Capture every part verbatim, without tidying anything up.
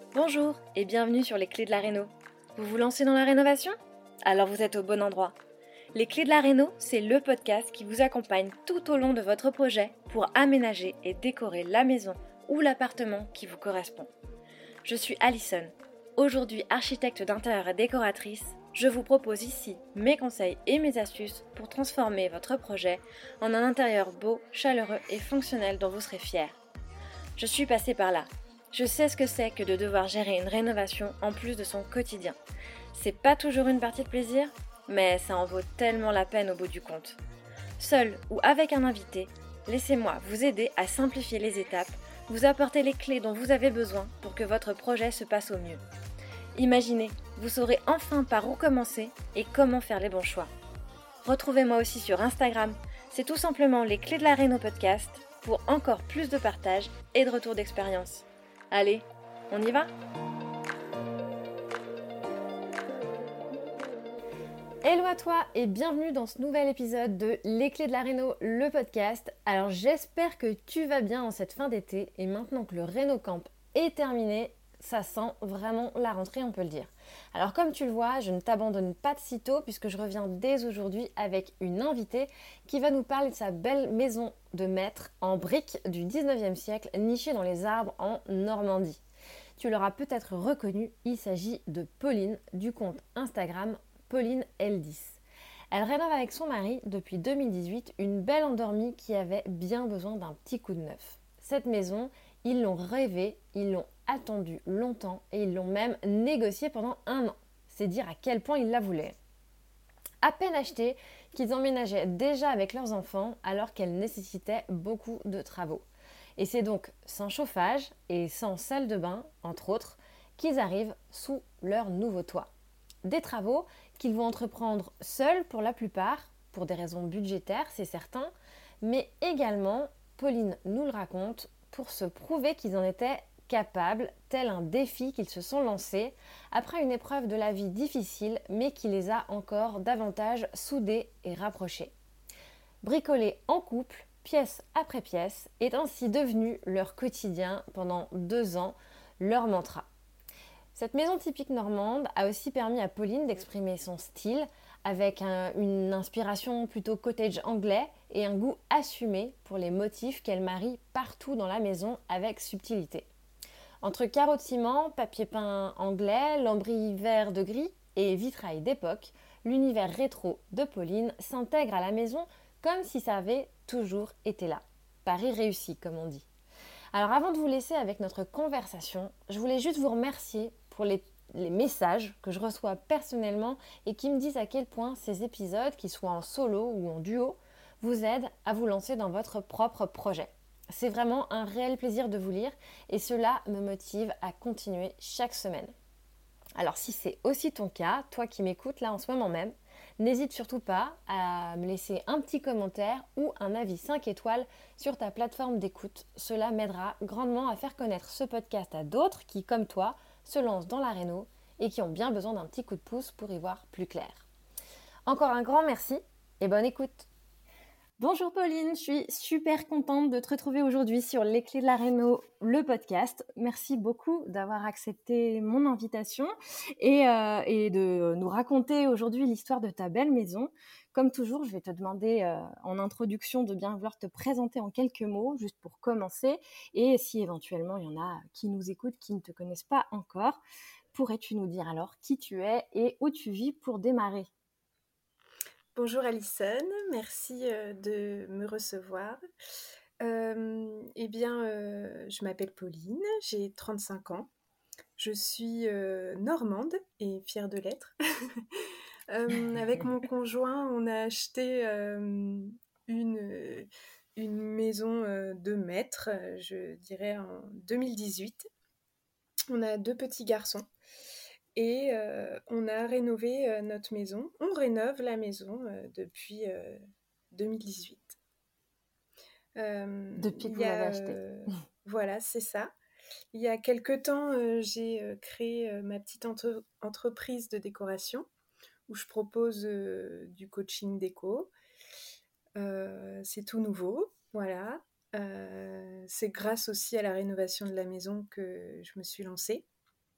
Bonjour et bienvenue sur les clés de la réno. Vous vous lancez dans la rénovation ? Alors vous êtes au bon endroit. Les clés de la réno, c'est le podcast qui vous accompagne tout au long de votre projet pour aménager et décorer la maison ou l'appartement qui vous correspond. Je suis Alison, aujourd'hui architecte d'intérieur et décoratrice. Je vous propose ici mes conseils et mes astuces pour transformer votre projet en un intérieur beau, chaleureux et fonctionnel dont vous serez fiers. Je suis passée par là. Je sais ce que c'est que de devoir gérer une rénovation en plus de son quotidien. C'est pas toujours une partie de plaisir, mais ça en vaut tellement la peine au bout du compte. Seul ou avec un invité, laissez-moi vous aider à simplifier les étapes, vous apporter les clés dont vous avez besoin pour que votre projet se passe au mieux. Imaginez, vous saurez enfin par où commencer et comment faire les bons choix. Retrouvez-moi aussi sur Instagram, c'est tout simplement les clés de la réno podcast pour encore plus de partage et de retour d'expérience. Allez, on y va ? Hello à toi et bienvenue dans ce nouvel épisode de Les clés de la réno, le podcast. Alors j'espère que tu vas bien en cette fin d'été et maintenant que le RénoCamp est terminé, ça sent vraiment la rentrée, on peut le dire. Alors comme tu le vois, je ne t'abandonne pas de sitôt puisque je reviens dès aujourd'hui avec une invitée qui va nous parler de sa belle maison de maître en briques du dix-neuvième siècle nichée dans les arbres en Normandie. Tu l'auras peut-être reconnue, il s'agit de Pauline du compte Instagram Pauline L dix. Elle rénove avec son mari depuis deux mille dix-huit une belle endormie qui avait bien besoin d'un petit coup de neuf. Cette maison, ils l'ont rêvée, ils l'ont attendue longtemps et ils l'ont même négociée pendant un an. C'est dire à quel point ils la voulaient. À peine achetée, qu'ils emménageaient déjà avec leurs enfants alors qu'elle nécessitait beaucoup de travaux. Et c'est donc sans chauffage et sans salle de bain, entre autres, qu'ils arrivent sous leur nouveau toit. Des travaux qu'ils vont entreprendre seuls pour la plupart, pour des raisons budgétaires, c'est certain, mais également, Pauline nous le raconte, pour se prouver qu'ils en étaient capables, tel un défi qu'ils se sont lancés, après une épreuve de la vie difficile, mais qui les a encore davantage soudés et rapprochés. Bricoler en couple, pièce après pièce, est ainsi devenu leur quotidien pendant deux ans, leur mantra. Cette maison typique normande a aussi permis à Pauline d'exprimer son style avec un, une inspiration plutôt cottage anglais et un goût assumé pour les motifs qu'elle marie partout dans la maison avec subtilité. Entre carreaux de ciment, papier peint anglais, lambris vert de gris et vitrail d'époque, l'univers rétro de Pauline s'intègre à la maison comme si ça avait toujours été là. Pari réussi, comme on dit. Alors avant de vous laisser avec notre conversation, je voulais juste vous remercier pour les, les messages que je reçois personnellement et qui me disent à quel point ces épisodes, qu'ils soient en solo ou en duo, vous aident à vous lancer dans votre propre projet. C'est vraiment un réel plaisir de vous lire et cela me motive à continuer chaque semaine. Alors si c'est aussi ton cas, toi qui m'écoutes là en ce moment même, n'hésite surtout pas à me laisser un petit commentaire ou un avis cinq étoiles sur ta plateforme d'écoute. Cela m'aidera grandement à faire connaître ce podcast à d'autres qui, comme toi, se lancent dans la réno et qui ont bien besoin d'un petit coup de pouce pour y voir plus clair. Encore un grand merci et bonne écoute. Bonjour Pauline, je suis super contente de te retrouver aujourd'hui sur Les Clés de la Réno, le podcast. Merci beaucoup d'avoir accepté mon invitation et, euh, et de nous raconter aujourd'hui l'histoire de ta belle maison. Comme toujours, je vais te demander euh, en introduction de bien vouloir te présenter en quelques mots, juste pour commencer. Et si éventuellement il y en a qui nous écoutent, qui ne te connaissent pas encore, pourrais-tu nous dire alors qui tu es et où tu vis pour démarrer ? Bonjour Alison, merci euh, de me recevoir. Euh, eh bien, euh, je m'appelle Pauline, j'ai trente-cinq ans. Je suis euh, normande et fière de l'être. euh, avec mon conjoint, on a acheté euh, une, une maison euh, de maître, je dirais en deux mille dix-huit. On a deux petits garçons. Et euh, on a rénové euh, notre maison. On rénove la maison euh, depuis euh, deux mille dix-huit. Euh, depuis que vous a, l'avez acheté. Euh, voilà, c'est ça. Il y a quelque temps, euh, j'ai euh, créé euh, ma petite entre- entreprise de décoration où je propose euh, du coaching déco. Euh, c'est tout nouveau, voilà. Euh, c'est grâce aussi à la rénovation de la maison que je me suis lancée.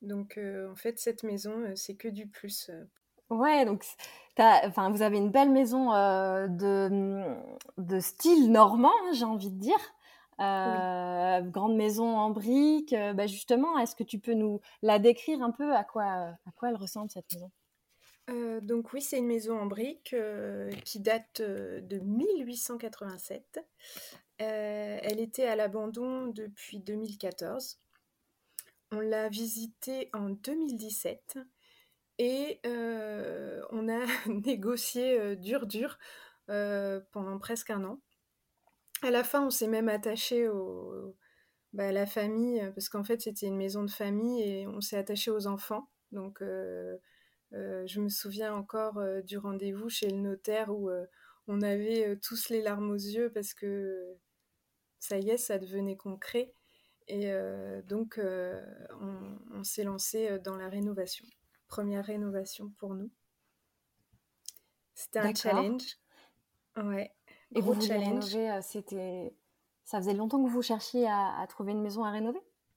Donc, euh, en fait, cette maison, euh, c'est que du plus. euh. Ouais, donc t'as, enfin, vous avez une belle maison euh, de, de style normand, hein, j'ai envie de dire. Oui. Euh, grande maison en briques. Euh, bah justement, est-ce que tu peux nous la décrire un peu à quoi, à quoi elle ressemble cette maison? Euh, donc oui, c'est une maison en briques euh, qui date euh, de mille huit cent quatre-vingt-sept. Euh, elle était à l'abandon depuis deux mille quatorze. On l'a visitée en deux mille dix-sept et euh, on a négocié euh, dur dur euh, pendant presque un an. À la fin, on s'est même attaché au, bah, à la famille euh, parce qu'en fait, c'était une maison de famille et on s'est attaché aux enfants. Donc, euh, euh, je me souviens encore euh, du rendez-vous chez le notaire où euh, on avait euh, tous les larmes aux yeux parce que ça y est, ça devenait concret. Et euh, donc, euh, on, on s'est lancé euh, dans la rénovation. Première rénovation pour nous. C'était un D'accord. challenge. Ouais, Et vous gros vouliez challenge. rénover, euh, c'était... Ça faisait longtemps que vous cherchiez à, à trouver une maison à rénover?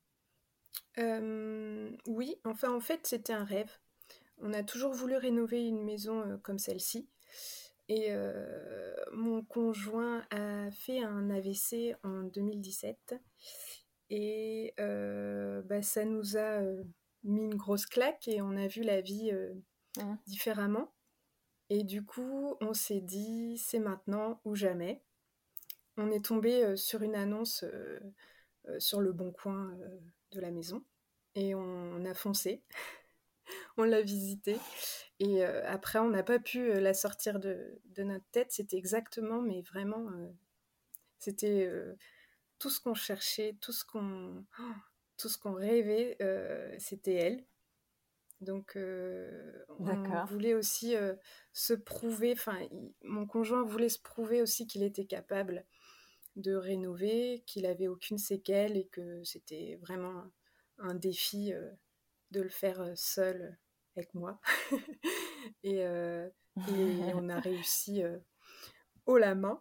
Euh, oui, enfin, en fait, c'était un rêve. On a toujours voulu rénover une maison euh, comme celle-ci. Et euh, mon conjoint a fait un A V C en deux mille dix-sept. Et euh, bah, ça nous a euh, mis une grosse claque et on a vu la vie euh, Mhm. différemment. Et du coup, on s'est dit, c'est maintenant ou jamais. On est tombé euh, sur une annonce euh, euh, sur le bon coin euh, de la maison. Et on, on a foncé, on l'a visité. Et euh, après, on n'a pas pu euh, la sortir de, de notre tête. C'était exactement, mais vraiment, euh, c'était euh, tout ce qu'on cherchait, tout ce qu'on, oh, tout ce qu'on rêvait, euh, c'était elle. Donc, euh, on D'accord. voulait aussi euh, se prouver, enfin, il- mon conjoint voulait se prouver aussi qu'il était capable de rénover, qu'il avait aucune séquelle et que c'était vraiment un défi euh, de le faire euh, seul avec moi. et, euh, et on a réussi euh, haut la main.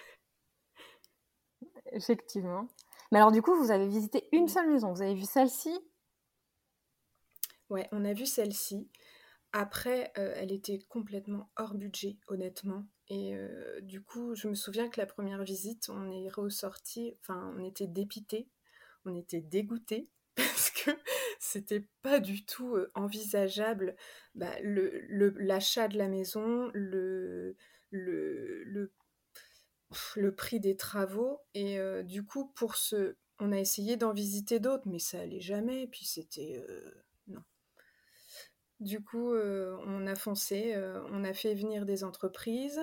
Effectivement. Mais alors du coup, vous avez visité une Ouais. seule maison. Vous avez vu celle-ci? Ouais, on a vu celle-ci. Après, euh, elle était complètement hors budget, honnêtement. Et euh, du coup, je me souviens que la première visite, on est ressorti, enfin, on était dépité, on était dégoûté parce que c'était pas du tout euh, envisageable bah, le, le- l'achat de la maison, le, le, le, pff, le prix des travaux. Et euh, du coup, pour ce, on a essayé d'en visiter d'autres, mais ça allait jamais. Puis c'était euh, non. Du coup, euh, on a foncé, euh, on a fait venir des entreprises,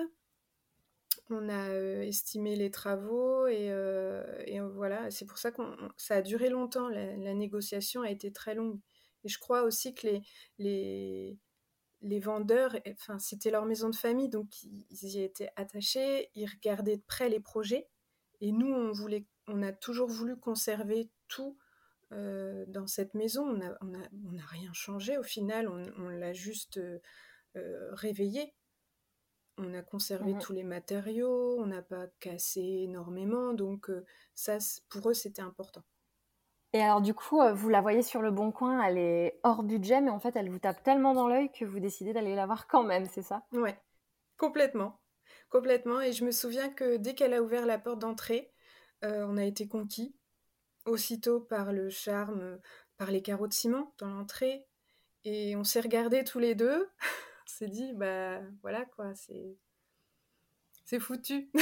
on a euh, estimé les travaux et, euh, et voilà, c'est pour ça que ça a duré longtemps, la, la négociation a été très longue. Et je crois aussi que les, les, les vendeurs, enfin, c'était leur maison de famille, donc ils, ils y étaient attachés, ils regardaient de près les projets. Et nous, on, voulait, on a toujours voulu conserver tout euh, dans cette maison. On n'a on a, on a rien changé au final, on, on l'a juste euh, euh, réveillé. On a conservé Mhm. tous les matériaux, on n'a pas cassé énormément, donc euh, ça, pour eux, c'était important. Et alors du coup, euh, vous la voyez sur le bon coin, elle est hors budget, mais en fait, elle vous tape tellement dans l'œil que vous décidez d'aller la voir quand même, c'est ça? Ouais, complètement. Complètement. Et je me souviens que dès qu'elle a ouvert la porte d'entrée, euh, on a été conquis aussitôt par le charme, euh, par les carreaux de ciment dans l'entrée. Et on s'est regardés tous les deux. On s'est dit, bah voilà quoi, c'est, c'est foutu.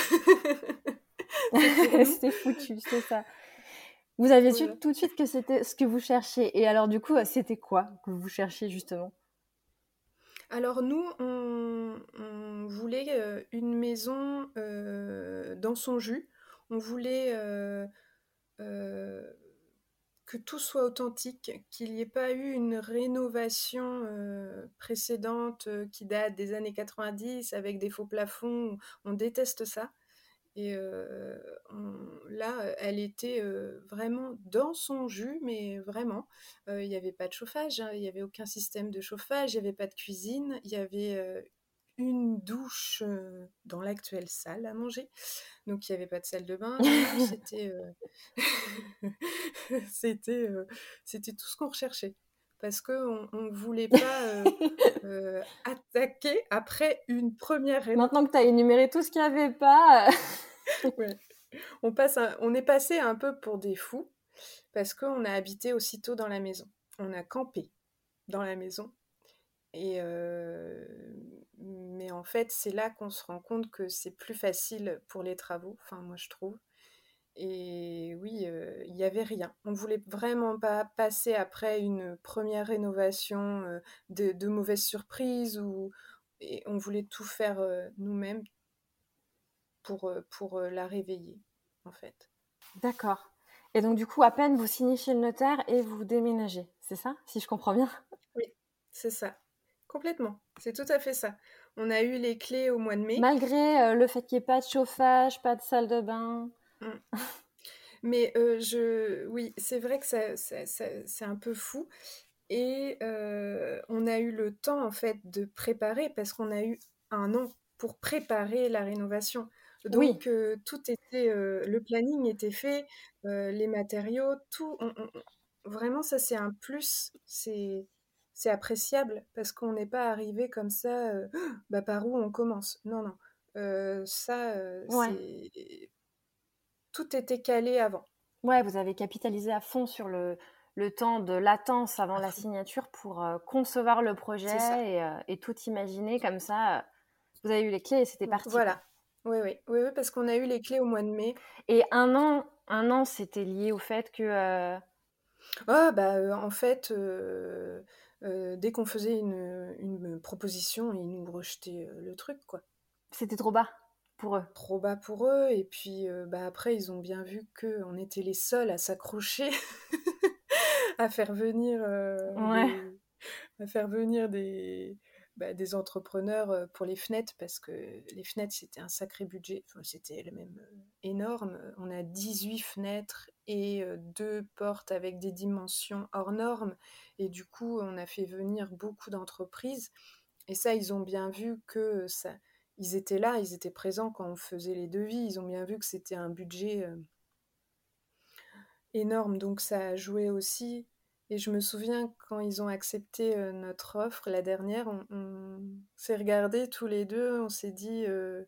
C'est pour nous. C'est foutu, c'est ça. Vous avez su Voilà. tout de suite que c'était ce que vous cherchiez. Et alors du coup, euh, c'était quoi que vous cherchiez justement? Alors nous, on, on voulait euh, une maison euh, dans son jus. On voulait euh, euh, que tout soit authentique, qu'il n'y ait pas eu une rénovation euh, précédente euh, qui date des années quatre-vingt-dix avec des faux plafonds. On déteste ça. Et euh, on- là, elle était euh, vraiment dans son jus, mais vraiment. Euh, Il n'y avait pas de chauffage, hein, il n'y avait aucun système de chauffage, il n'y avait pas de cuisine, il y avait euh, une douche euh, dans l'actuelle salle à manger. Donc il n'y avait pas de salle de bain. Non, non, c'était euh, c'était euh, c'était tout ce qu'on recherchait. parce qu'on ne voulait pas euh, euh, attaquer après une première réno. Maintenant que tu as énuméré tout ce qu'il n'y avait pas... Ouais. On, passe un- on est passé un peu pour des fous, parce qu'on a habité aussitôt dans la maison. On a campé dans la maison. Et euh, mais en fait, c'est là qu'on se rend compte que c'est plus facile pour les travaux, enfin moi je trouve. Et oui, euh, il n'y avait rien. On ne voulait vraiment pas passer après une première rénovation euh, de, de mauvaises surprises, ou, et on voulait tout faire euh, nous-mêmes pour, euh, pour euh, la réveiller, en fait. D'accord. Et donc, du coup, à peine vous signez chez le notaire et vous déménagez, c'est ça, si je comprends bien? Oui, c'est ça. Complètement. C'est tout à fait ça. On a eu les clés au mois de mai. Malgré euh, le fait qu'il n'y ait pas de chauffage, pas de salle de bain. Mm. Mais euh, je... oui, c'est vrai que ça, ça- ça- c'est un peu fou. Et euh, on a eu le temps, en fait, de préparer, parce qu'on a eu un an pour préparer la rénovation. Oui, Donc, euh, tout était... euh, le planning était fait, euh, les matériaux, tout. on- on- on- Vraiment, ça, c'est un plus. C'est... C'est appréciable, parce qu'on n'est pas arrivé comme ça, euh, bah, par où on commence. Non, non. Euh, ça, euh, ouais. c'est... Tout était calé avant. Ouais, vous avez capitalisé à fond sur le, le temps de latence avant À la fond. signature pour euh, concevoir le C'est ça. projet et, euh, et tout imaginer comme ça. euh, Vous avez eu les clés et c'était Mm, parti, quoi. voilà. Oui, oui, oui, oui, parce qu'on a eu les clés au mois de mai. Et un an, un an, c'était lié au fait que euh, Ah, bah, euh, en fait, euh, euh, dès qu'on faisait une, une proposition, ils nous rejetaient euh, le truc, quoi. c'était trop bas pour eux. Trop bas pour eux, et puis euh, bah, après, ils ont bien vu qu'on était les seuls à s'accrocher, à faire venir euh, Ouais. des, à faire venir des, bah, des entrepreneurs euh, pour les fenêtres, parce que les fenêtres, c'était un sacré budget. Enfin, c'était le même euh, énorme. On a dix-huit fenêtres et euh, deux portes avec des dimensions hors normes. Et du coup, on a fait venir beaucoup d'entreprises. Et ça, ils ont bien vu que ça... Ils étaient là, ils étaient présents quand on faisait les devis. Ils ont bien vu que c'était un budget euh, énorme, donc ça a joué aussi. Et je me souviens quand ils ont accepté euh, notre offre, la dernière, on, on s'est regardés tous les deux, on s'est dit euh,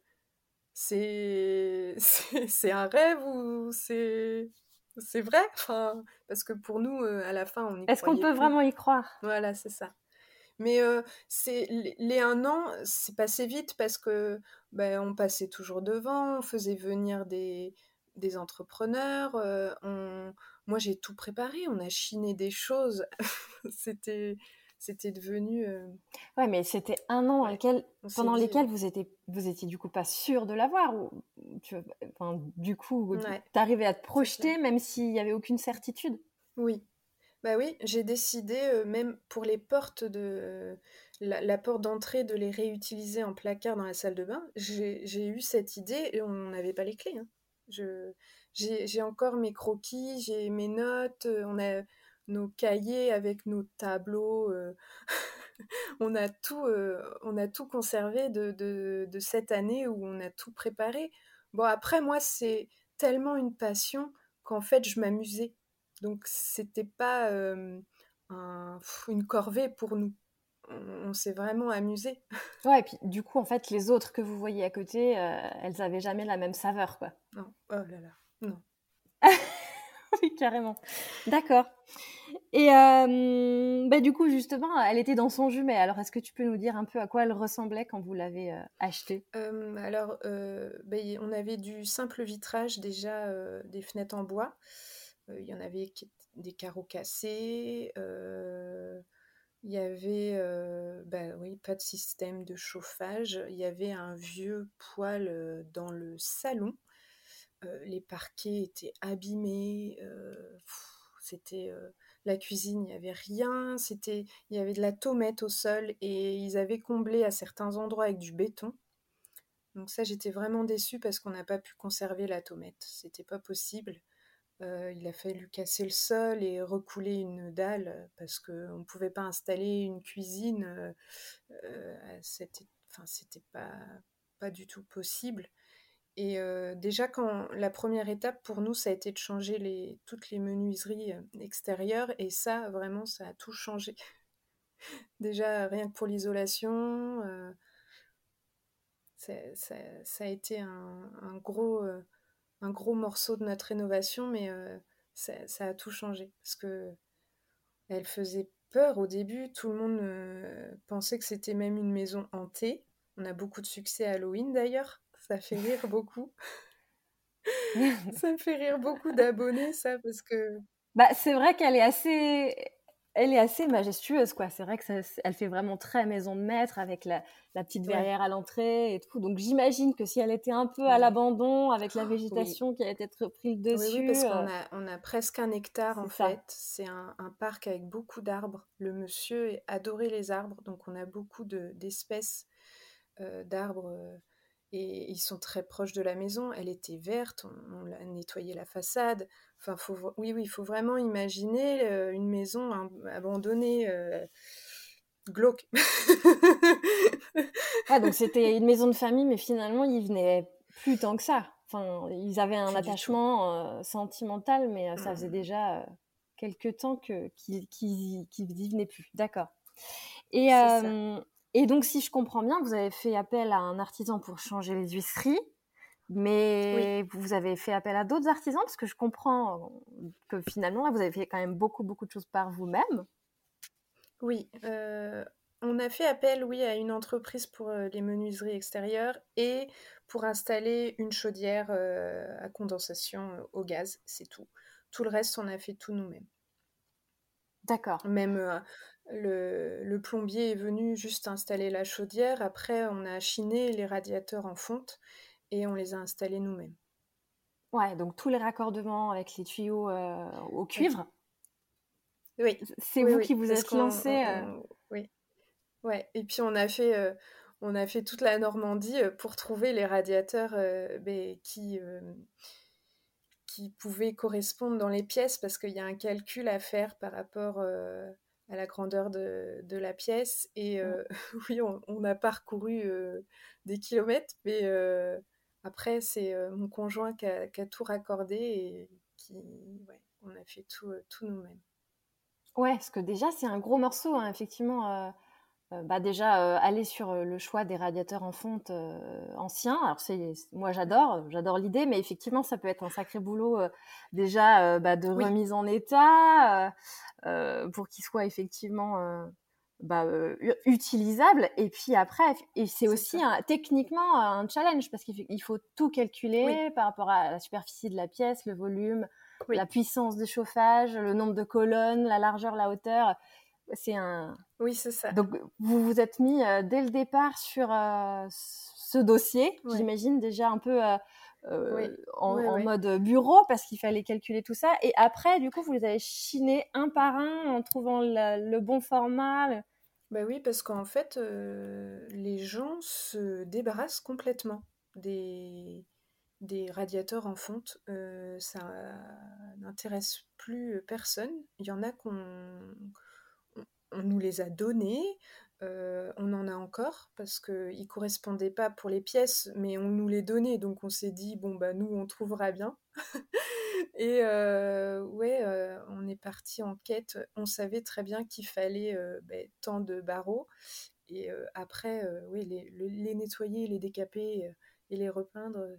c'est c'est c'est un rêve ou c'est c'est vrai, enfin, parce que pour nous, euh, à la fin, on n'y Est-ce qu'on croyait peut plus. vraiment y croire? Voilà, c'est ça. Mais euh, c'est les les un an, c'est passé vite, parce que ben, on passait toujours devant, on faisait venir des, des entrepreneurs. euh, on... Moi, j'ai tout préparé, on a chiné des choses. C'était, c'était devenu. euh, Ouais, mais c'était un an dans Ouais, lequel, on s'est pendant dit. lesquels vous étiez, vous étiez du coup pas sûr de l'avoir. Ou, tu, enfin, du coup, euh, Ouais, t'arrivais à te c'est clair. projeter même s'il y avait aucune certitude. Oui. Bah oui, j'ai décidé, euh, même pour les portes de la, la porte d'entrée, de les réutiliser en placard dans la salle de bain. J'ai, j'ai eu cette idée et on n'avait pas les clés, hein. Je, j'ai, j'ai encore mes croquis, j'ai mes notes, euh, on a nos cahiers avec nos tableaux. euh, on a tout, euh, on a tout conservé de, de, de cette année où on a tout préparé. Bon, après, moi, c'est tellement une passion qu'en fait, je m'amusais. Donc, c'était pas euh, un- pff, une corvée pour nous. On, on s'est vraiment amusé. Ouais, et puis du coup, en fait, les autres que vous voyez à côté, euh, elles avaient jamais la même saveur, quoi. Non, oh là là, non. Oui, carrément. D'accord. Et euh, bah, du coup, justement, elle était dans son jumet. Alors, est-ce que tu peux nous dire un peu à quoi elle ressemblait quand vous l'avez euh, achetée? Euh, alors, euh, ben, y- on avait du simple vitrage déjà, euh, des fenêtres en bois. Euh, Il y en avait qui étaient des carreaux cassés. euh, Il y avait, euh, bah oui, pas de système de chauffage. Il y avait un vieux poêle euh, dans le salon. Euh, les parquets étaient abîmés. euh, pff, c'était euh, la cuisine, il n'y avait rien. C'était, il y avait de la tomate au sol et ils avaient comblé à certains endroits avec du béton. Donc ça, j'étais vraiment déçue parce qu'on n'a pas pu conserver la tomate. C'était pas possible. Euh, il a fallu casser le sol et recouler une dalle, euh, parce qu'on ne pouvait pas installer une cuisine. Euh, euh, c'était, enfin, c'était pas, pas du tout possible. Et heu, déjà quand la première étape pour nous, ça a été de changer les toutes les menuiseries, heu, extérieures et ça, vraiment, ça a tout changé. Déjà, rien que pour l'isolation, heu, c'est c'est ça a été un un gros, heu, un gros morceau de notre rénovation, mais heu, ça ça a tout changé parce qu'elle faisait peur au début. Tout le monde, heu, pensait que c'était même une maison hantée. On a beaucoup de succès à Halloween d'ailleurs, ça fait rire beaucoup. Ça me fait rire beaucoup d'abonnés ça parce que Bah, c'est vrai qu'elle est assez elle est assez majestueuse, quoi. C'est vrai que ça c elle fait vraiment très maison de maître avec la la petite ouais, verrière à l'entrée et tout. Donc j'imagine que si elle était un peu à ouais. l'abandon avec la Oui. végétation qui a peut-être pris le Oui, oui, dessus, parce heu, qu'on a on a presque un hectare en c'est ça. fait. C'est un un parc avec beaucoup d'arbres. Le monsieur adorait les arbres, donc on a beaucoup de d'espèces, heu, d'arbres, heu et ils sont très proches de la maison. Elle était verte, on on l'a nettoyé la façade. Enfin, faut v oui, oui, il faut vraiment imaginer, heu, une maison ab abandonnée, heu, glauque. Ouais, donc c'était une maison de famille, mais finalement, ils venaient plus tant que ça. Enfin, ils avaient un Plus du tout. attachement, heu, sentimental, mais heu, ça faisait Mmh, déjà, heu, quelque temps que qu'ils qu'ils y qu'ils y venaient plus. D'accord. Et c'est ça. hem et donc si je comprends bien, vous avez fait appel à un artisan pour changer les huisseries, Oui. mais vous avez fait appel à d'autres artisans? Parce que je comprends, heu, que finalement, là, vous avez fait quand même beaucoup, beaucoup de choses par vous-même? Oui, heu, on a fait appel, oui, à une entreprise pour, heu, les menuiseries extérieures et pour installer une chaudière, heu, à condensation, heu, au gaz, c'est tout. Tout le reste, on a fait tout nous-mêmes. D'accord. Même, heu, le le plombier est venu juste installer la chaudière. Après, on a chiné les radiateurs en fonte et on les a installés nous-mêmes. Ouais, donc tous les raccordements avec les tuyaux, heu, au Oui, cuivre, oui, c'est oui, vous oui, qui vous parce êtes qu'on lancé, on heu on oui. Ouais et puis on a fait, heu, on a fait toute la Normandie, heu, pour trouver les radiateurs, heu, beh, qui, hem, qui pouvaient correspondre dans les pièces parce qu'il y a un calcul à faire par rapport, heu, à la grandeur de de la pièce et mmh, heu, oui, on on a parcouru, heu, des kilomètres mais heu, après c'est, heu, mon conjoint qui a qui a tout raccordé et qui ouais, on a fait tout, heu, tout nous-mêmes. ouais, parce que déjà, c'est un gros morceau, hein, effectivement, heu heu, bah, déjà, heu, aller sur, heu, le choix des radiateurs en fonte, heu, anciens. Alors c'est c moi j'adore, j'adore l'idée, mais effectivement, ça peut être un sacré boulot, heu, déjà, heu, bah, de Oui, remise en état, heu heu, pour qu'ils soient effectivement, heu, bah, heu, u utilisables et puis après et c'est c'est aussi ça. un techniquement un challenge parce qu'il f il faut tout Oui, calculer par rapport à la superficie de la pièce, le volume, la oui, puissance de chauffage, le nombre de colonnes, la largeur, la hauteur. C'est un oui, c'est ça. donc vous vous êtes mis, heu, dès le départ sur, heu, ce dossier, Ouais. j'imagine déjà un peu, heu Oui, heu, en ouais, en ouais. mode bureau parce qu'il fallait calculer tout ça et après du coup vous les avez chinés un par un en trouvant la le bon format, le Bah oui, parce qu'en fait, heu, les gens se débarrassent complètement des des radiateurs en fonte. Heu, ça n'intéresse plus, personne. Il y en a qu'on on on nous les a donnés, heu, on en a encore parce qu'ils correspondaient pas pour les pièces, mais on nous les donnait donc on s'est dit: «Bon, bah, nous, on trouvera bien». Et heu, ouais, heu, on est parti en quête. On savait très bien qu'il fallait, heu, beh, tant de barreaux et heu, après, heu, oui, les le les nettoyer, les décaper, heu et les repeindre, heu,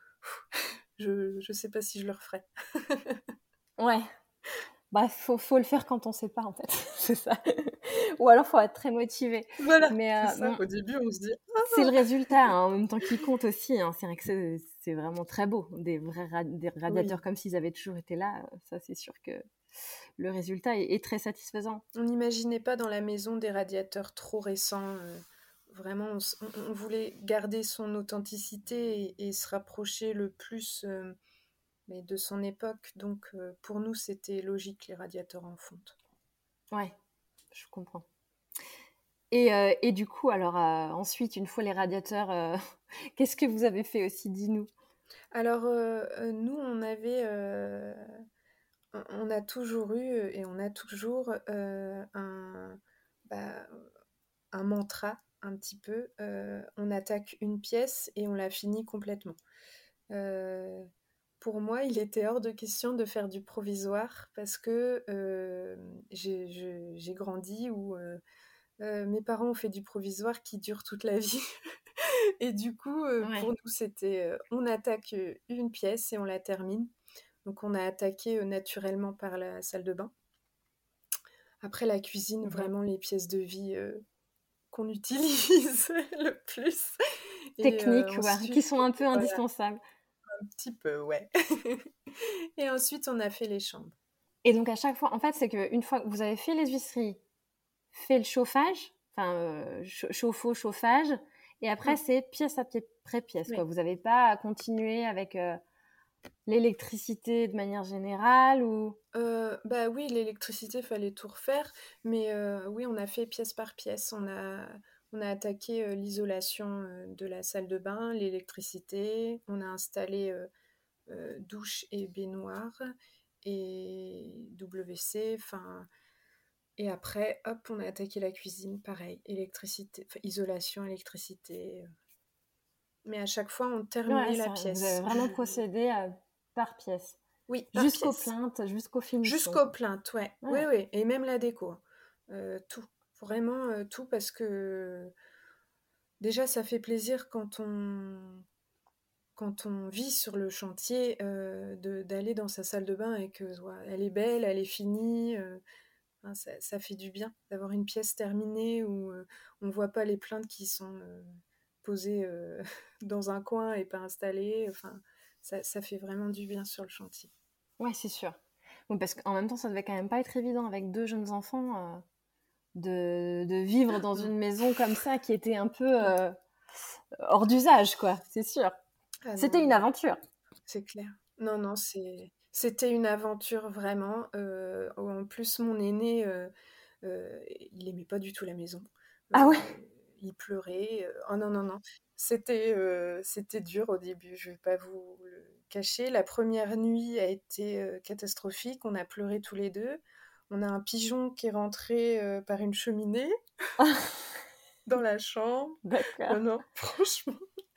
je je sais pas si je le referais. ouais, bah, faut faut le faire quand on sait pas en fait, c'est ça. Ou alors faut être très motivé. Voilà, Mais c'est heu, ça. mmh, Au début, on se dit: c'est le «Ah!» résultat, hein, en même temps qui compte aussi, hein. C'est vrai que c'est c'est vraiment très beau, des vrais rad des radiateurs Oui, comme s'ils avaient toujours été là, heu, ça c'est sûr que le résultat est est très satisfaisant. on n'imaginait pas dans la maison des radiateurs trop récents, heu, vraiment on s on on voulait garder son authenticité et et se rapprocher le plus, hem, mais de son époque donc heu, pour nous, c'était logique les radiateurs en fonte. Ouais, je comprends. Et heu et du coup alors, heu, ensuite une fois les radiateurs, heu, qu'est-ce que vous avez fait aussi? Dis-nous? Alors, heu heu, nous, on avait, heu, on on a toujours eu, et on a toujours, heu, un, bah, un mantra. un petit peu, euh, on attaque une pièce et on la finit complètement. Euh, pour moi, il était hors de question de faire du provisoire parce que euh, j'ai, je- j'ai grandi où euh, euh, mes parents ont fait du provisoire qui dure toute la vie. Et du coup, euh, pour Ouais. nous, c'était euh, on attaque euh, une pièce et on la termine. Donc on a attaqué euh, naturellement par la salle de bain. Après la cuisine, Mhm. vraiment les pièces de vie euh, qu'on utilise le plus. Et euh, Techniques, ouais, qui ensuite, sont un peu voilà, indispensables. un petit peu, ouais. Et ensuite, on a fait les chambres. Et donc à chaque fois, en fait, c'est qu'une fois que vous avez fait les huisseries, fait le chauffage, enfin euh, ch- chauffe-eau, chauffage, et après Hmm, c'est pièce après pièce, quoi. oui. Vous n'avez pas à continuer avec euh, l'électricité de manière générale ou... Euh, bah oui, l'électricité, fallait tout refaire, mais euh, oui, on a fait pièce par pièce. On a, on a attaqué euh, l'isolation euh, de la salle de bain, l'électricité, on a installé euh, euh, douche et baignoire et W C, enfin, et après, hop, on a attaqué la cuisine, pareil, électricité, enfin, isolation, électricité. euh. Mais à chaque fois, on Ouais, terminait c'est la vrai, vous avez pièce. vraiment Je- procédé euh, par pièce, Oui, par jusqu'aux pièce. plaintes, jusqu'aux finitions, Jusqu'aux quoi. plaintes, ouais. Oui, Ouais, oui. Et même la déco. Euh, tout. Vraiment euh, tout parce que déjà, ça fait plaisir quand on, quand on vit sur le chantier euh, de, d'aller dans sa salle de bain et que ouais, elle est belle, elle est finie. euh, hein, ça, ça fait du bien d'avoir une pièce terminée où euh, on voit pas les plaintes qui sont euh, posées euh, dans un coin et pas installées. Enfin, ça, ça fait vraiment du bien sur le chantier. ouais, c'est sûr. Bon, parce qu'en même temps, ça devait quand même pas être évident avec deux jeunes enfants euh, de, de vivre dans Non, une maison comme ça qui était un peu non. euh, hors d'usage, quoi, c'est sûr. Ah C'était non, une non. aventure. C'est clair. Non, non, c'est... c'était une aventure vraiment. Euh, en plus, mon aîné, euh, euh, il aimait pas du tout la maison. Ah ouais? Euh, il pleurait. euh, Oh non, non, non. C'était euh, c'était dur au début, je vais pas vous le cacher. La première nuit a été euh, catastrophique. On a pleuré tous les deux. On a un pigeon qui est rentré euh, par une cheminée dans la chambre. D'accord. Non, non, franchement.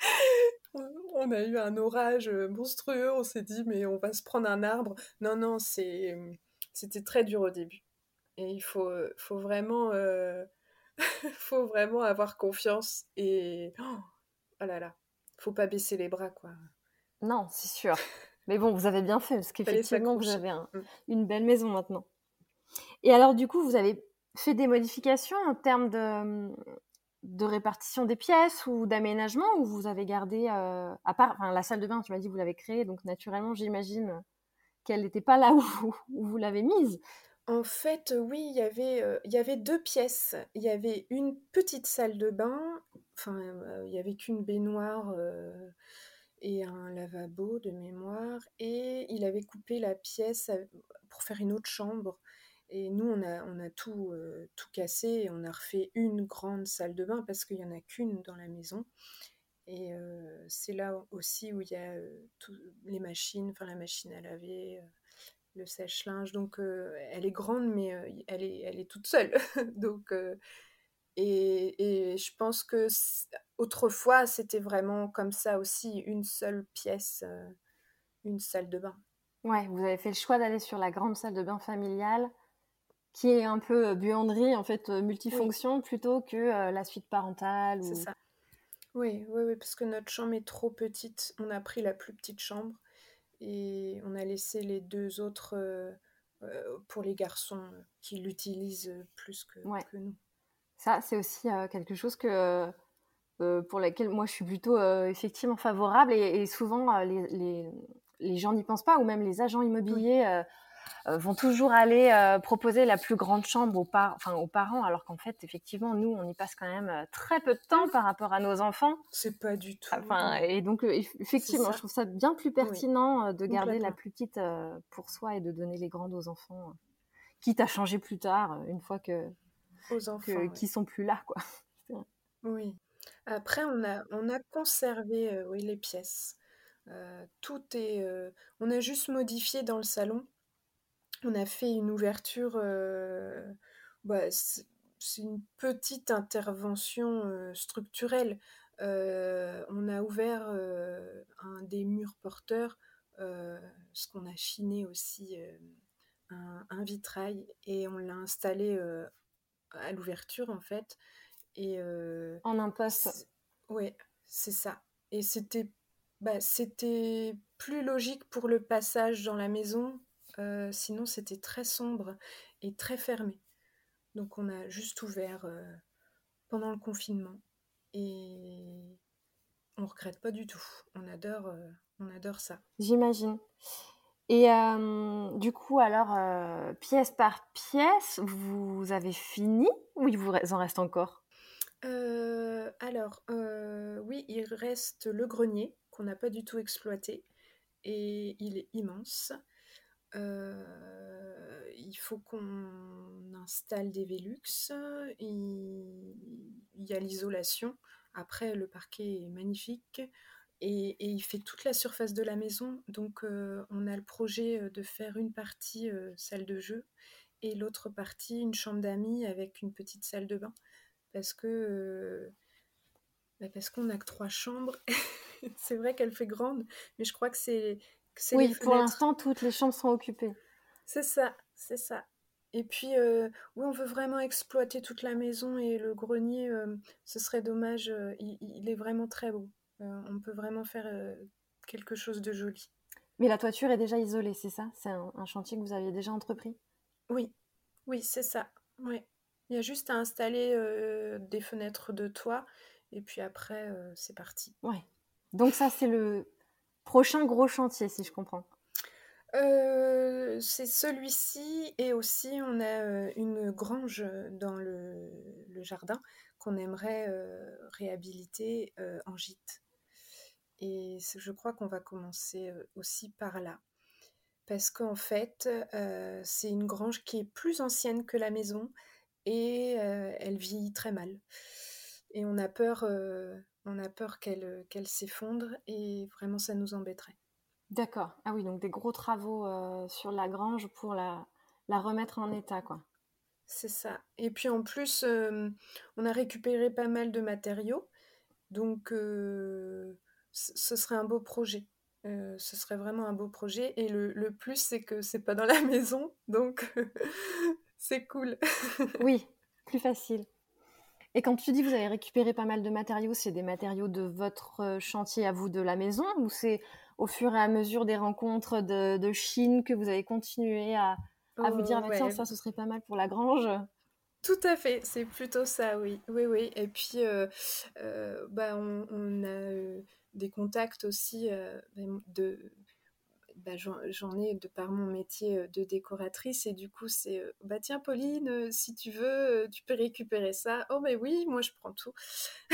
On a eu un orage euh, monstrueux, on s'est dit mais on va se prendre un arbre. Non, non, c'est, c'était très dur au début. Et il faut, euh, faut vraiment, euh, faut vraiment avoir confiance et oh, oh là là, faut pas baisser les bras quoi. Non, c'est sûr. Mais bon, vous avez bien fait, parce Fallait qu'effectivement, vous s'accrocher. avez un- Mm. une belle maison maintenant. Et alors, du coup, vous avez fait des modifications en termes de, de répartition des pièces ou d'aménagement, ou vous avez gardé, euh, à part, enfin, la salle de bain, tu m'as dit que vous l'avez créée, donc naturellement, j'imagine qu'elle n'était pas là où, vous- où vous l'avez mise. En fait, oui, il y avait, euh, il y avait deux pièces. Il y avait une petite salle de bain, enfin, euh, il y avait qu'une baignoire euh, et un lavabo de mémoire, et il avait coupé la pièce à- pour faire une autre chambre. Et nous, on a, on a tout, euh, tout cassé et on a refait une grande salle de bain parce qu'il n'y en a qu'une dans la maison. Et euh, c'est là aussi où il y a euh, tout- les machines, enfin la machine à laver, euh, le sèche-linge. Donc euh, elle est grande, mais euh, elle, est, elle est toute seule. Donc, euh, et, et je pense que c- autrefois, c'était vraiment comme ça aussi, une seule pièce, euh, une salle de bain. Ouais, vous avez fait le choix d'aller sur la grande salle de bain familiale, qui est un peu euh, buanderie, en fait, euh, Oui, multifonction, plutôt que euh, la suite parentale c'est ou... ça. Oui, oui, oui, parce que notre chambre est trop petite. On a pris la plus petite chambre et on a laissé les deux autres euh, euh, pour les garçons euh, qui l'utilisent plus que, Ouais, que nous. ça, c'est aussi euh, quelque chose que, euh, pour laquelle moi, je suis plutôt euh, effectivement favorable, et, et souvent, euh, les, les, les gens n'y pensent pas, ou même les agents Oui, immobiliers euh, euh, vont toujours aller euh, proposer la plus grande chambre aux, par enfin, aux parents, alors qu'en fait, effectivement, nous, on y passe quand même euh, très peu de temps hum, par rapport à nos enfants. c'est pas du tout. Enfin, Non, et donc, euh, eff- c'est effectivement, je ça. trouve ça bien plus Oui, pertinent euh, de garder la complètement. plus petite euh, pour soi et de donner les grandes aux enfants, euh, quitte à changer plus tard, euh, une fois que, Aux que enfants, oui. qu'ils sont plus là, quoi. C'est vrai. Oui. Après, on a, on a conservé euh, oui, les pièces. Euh, tout est. euh, on a juste modifié dans le salon. On a fait une ouverture. euh, bah, c'est une petite intervention, heu, structurelle. Heu, on a ouvert, heu, un des murs porteurs, heu, parce qu'on a chiné aussi, hem, un un vitrail et on l'a installé, heu, à l'ouverture, en fait et heu, En un poste. c ouais, c'est ça et c'était bah, c'était plus logique pour le passage dans la maison, heu, sinon c'était très sombre et très fermé. Donc on a juste ouvert, heu, pendant le confinement et on regrette pas du tout. On adore, heu, on adore ça. J'imagine. Et euh, du coup, alors, euh, pièce par pièce, vous avez fini ou il vous en reste encore? Heu, alors, heu, oui, il reste le grenier qu'on n'a pas du tout exploité et il est immense. Heu, il faut qu'on installe des Velux, il il y a l'isolation. Après, le parquet est magnifique et et il fait toute la surface de la maison. Donc, heu, on a le projet, heu, de faire une partie, heu, salle de jeu et l'autre partie, une chambre d'amis avec une petite salle de bain. Parce que, heu, bah, parce qu'on n'a que trois chambres. C'est vrai qu'elle fait grande, mais je crois que c'est que c'est les Oui, pour fenêtres. l'instant, toutes les chambres sont occupées. C'est ça, c'est ça. Et puis, heu, oui, on veut vraiment exploiter toute la maison et le grenier, hem, ce serait dommage, heu, il il est vraiment très beau. Heu, on peut vraiment faire, heu, quelque chose de joli. Mais la toiture est déjà isolée, c'est ça? C'est un, un chantier que vous aviez déjà entrepris? Oui, oui, c'est ça, ouais. Il y a juste à installer, heu, des fenêtres de toit et puis après, heu, c'est parti. Ouais. Donc ça, c'est le prochain gros chantier, si je comprends. Heu, c'est celui-ci et aussi on a, heu, une grange, dans le le jardin qu'on aimerait, heu, réhabiliter, heu, en gîte et c je crois qu'on va commencer, heu, aussi par là. Parce qu'en fait, heu, c'est une grange qui est plus ancienne que la maison et heu, elle vieillit très mal et on a peur, heu, on a peur qu'elle, heu, qu'elle s'effondre et vraiment ça nous embêterait. D'accord. Ah oui, donc des gros travaux euh, sur la grange pour la, la remettre en état, quoi. C'est ça. Et puis en plus, hem, on a récupéré pas mal de matériaux, donc heu, ce ce serait un beau projet. Heu, ce serait vraiment un beau projet et le le plus, c'est que c'est pas dans la maison, donc c'est cool. Oui, plus facile. Et quand tu dis que vous avez récupéré pas mal de matériaux, c'est des matériaux de votre euh, chantier à vous de la maison ou c'est au fur et à mesure des rencontres de, de Chine que vous avez continué à, à vous dire, ah Oh bah tiens, ouais, ça, ce serait pas mal pour la grange? tout à fait, c'est plutôt ça, oui. Oui, oui et puis, heu heu, bah, on on a, heu, des contacts aussi, heu, même de bah, j'en j'en ai de par mon métier, heu, de décoratrice et du coup c'est, heu: «Bah, tiens Pauline, heu, si tu veux, heu, tu peux récupérer ça». «Oh mais oui, moi je prends tout».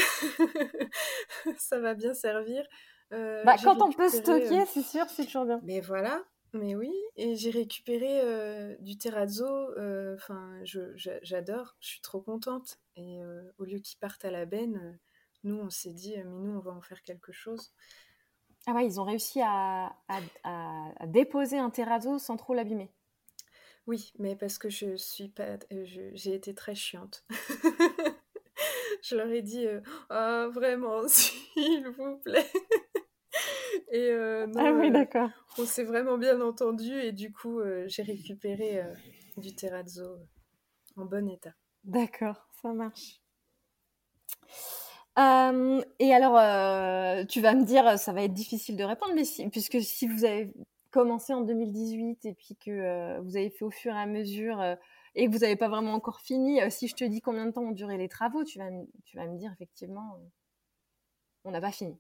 Ça va bien servir. Heu, Bah, j'ai quand on peut récupéré, heu stocker, c'est sûr, c'est toujours bien. mais voilà, mais oui et j'ai récupéré, heu, du terrazzo, heu, enfin je j'a j'adore, je suis trop contente et heu, au lieu qu'ils partent à la benne, heu, nous on s'est dit: «Mais nous on va en faire quelque chose». Ah ouais, ils ont réussi à, à, à- à déposer un terrazzo sans trop l'abîmer. Oui, mais parce que je suis pas heu, je j'ai été très chiante. Je leur ai dit, heu: «Ah vraiment, s'il vous plaît» et heu, Ah non, oui, heu, d'accord. on s'est vraiment bien entendus et du coup, heu, j'ai récupéré, heu, du terrazzo, heu, en bon état. D'accord, ça marche. Euh, et alors, euh, tu vas me dire, ça va être difficile de répondre, mais si, puisque si vous avez commencé en deux mille dix-huit et puis que euh, vous avez fait au fur et à mesure euh, et que vous n'avez pas vraiment encore fini, euh, si je te dis combien de temps ont duré les travaux, tu vas, me- tu vas me dire effectivement, euh, on n'a pas fini.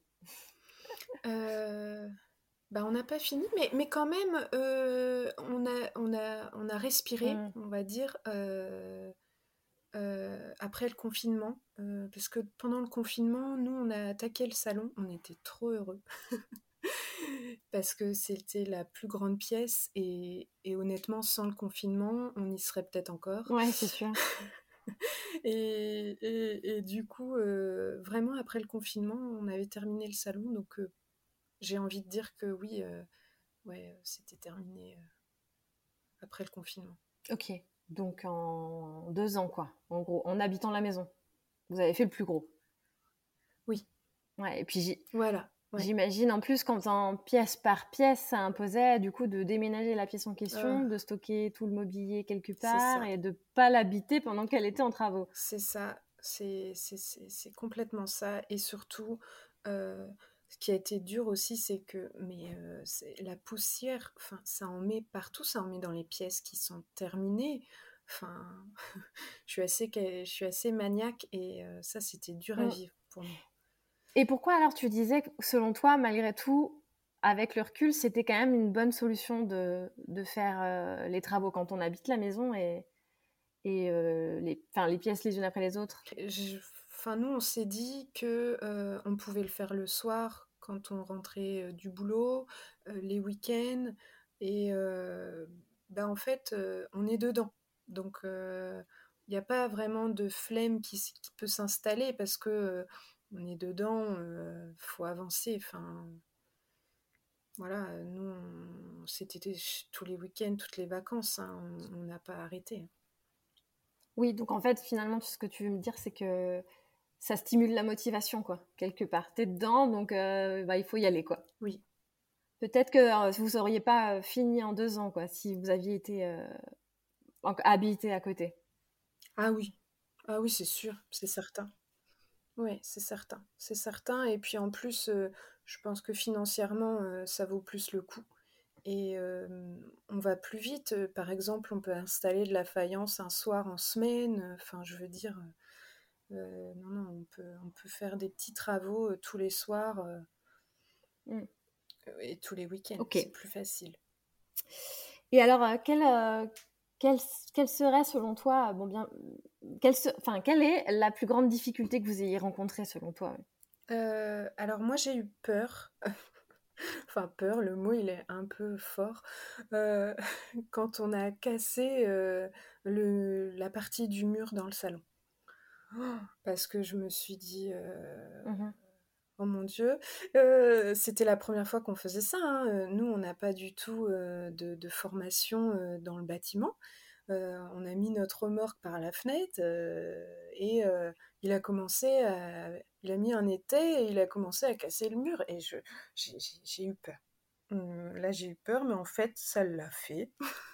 Heu, bah, on n'a pas fini, mais mais quand même, heu, on a on a on a respiré, Mm. on va dire, heu heu, après le confinement, heu, parce que pendant le confinement, nous, on a attaqué le salon, on était trop heureux. Parce que c'était la plus grande pièce et et honnêtement, sans le confinement, on y serait peut-être encore. Ouais, c'est sûr. Et et et du coup, heu, vraiment après le confinement, on avait terminé le salon donc heu, j'ai envie de dire que oui, heu, ouais, heu, c'était terminé, heu, après le confinement. Ok. Donc en deux ans, quoi, en gros, en habitant la maison. Vous avez fait le plus gros. Oui. Ouais, et puis j'y- Voilà. Ouais. j'imagine en plus qu'en faisant pièce par pièce, ça imposait du coup de déménager la pièce en question, Ah, de stocker tout le mobilier quelque c'est part ça. et de pas l'habiter pendant qu'elle était en travaux. C'est ça. C'est c'est- c'est- c'est complètement ça. Et surtout, euh, ce qui a été dur aussi, c'est que mais, euh, c'est la poussière, enfin, ça en met partout, ça en met dans les pièces qui sont terminées. Enfin, je suis assez, ca- je suis assez maniaque et euh, ça, c'était dur à Mm. vivre pour nous. Et pourquoi alors tu disais que selon toi, malgré tout, avec le recul, c'était quand même une bonne solution de, de faire euh, les travaux quand on habite la maison et, et euh, les, enfin, les pièces les unes après les autres? Je- Enfin, nous, on s'est dit que euh, on pouvait le faire le soir quand on rentrait euh, du boulot, euh, les week-ends, et euh, bah, en fait, euh, on est dedans. Donc, il n'y a pas vraiment de flemme qui, s- qui peut s'installer parce que euh, on est dedans, euh, faut avancer. Enfin, voilà, euh, nous, on- c'était ch- tous les week-ends, toutes les vacances, hein, on on n'a pas arrêté. Oui, donc en fait, finalement, tout ce que tu veux me dire, c'est que ça stimule la motivation, quoi, quelque part. T'es dedans, donc euh, bah, il faut y aller, quoi. Oui. Peut-être que euh, vous auriez pas euh, fini en deux ans, quoi, si vous aviez été euh, en- habité à côté. Ah oui. Ah oui, c'est sûr, c'est certain. Oui, c'est certain, c'est certain. Et puis en plus, euh, je pense que financièrement, euh, ça vaut plus le coup. Et euh, on va plus vite. Euh, Par exemple, on peut installer de la faïence un soir en semaine. euh, Enfin, je veux dire, euh, non, non, on peut, on peut faire des petits travaux euh, tous les soirs euh, Mm. et tous les week-ends. Ok. C'est plus facile. Et alors, euh, quelle, euh, quelle, quelle serait, selon toi, euh, bon bien, quelle, se- enfin, quelle est la plus grande difficulté que vous ayez rencontrée, selon toi? Euh, alors moi, j'ai eu peur. Enfin, peur, le mot, il est un peu fort. Euh, quand on a cassé euh, le, la partie du mur dans le salon. Oh, parce que je me suis dit, euh, Mhm. oh mon Dieu, euh, c'était la première fois qu'on faisait ça, hein. Euh, Nous, on n'a pas du tout euh, de, de formation euh, dans le bâtiment. Euh, on a mis notre remorque par la fenêtre euh, et euh, il a commencé à, il a mis un étai et il a commencé à casser le mur et je, j'ai, j'ai- j'ai eu peur. Hum, Là, j'ai eu peur, mais en fait, ça l'a fait.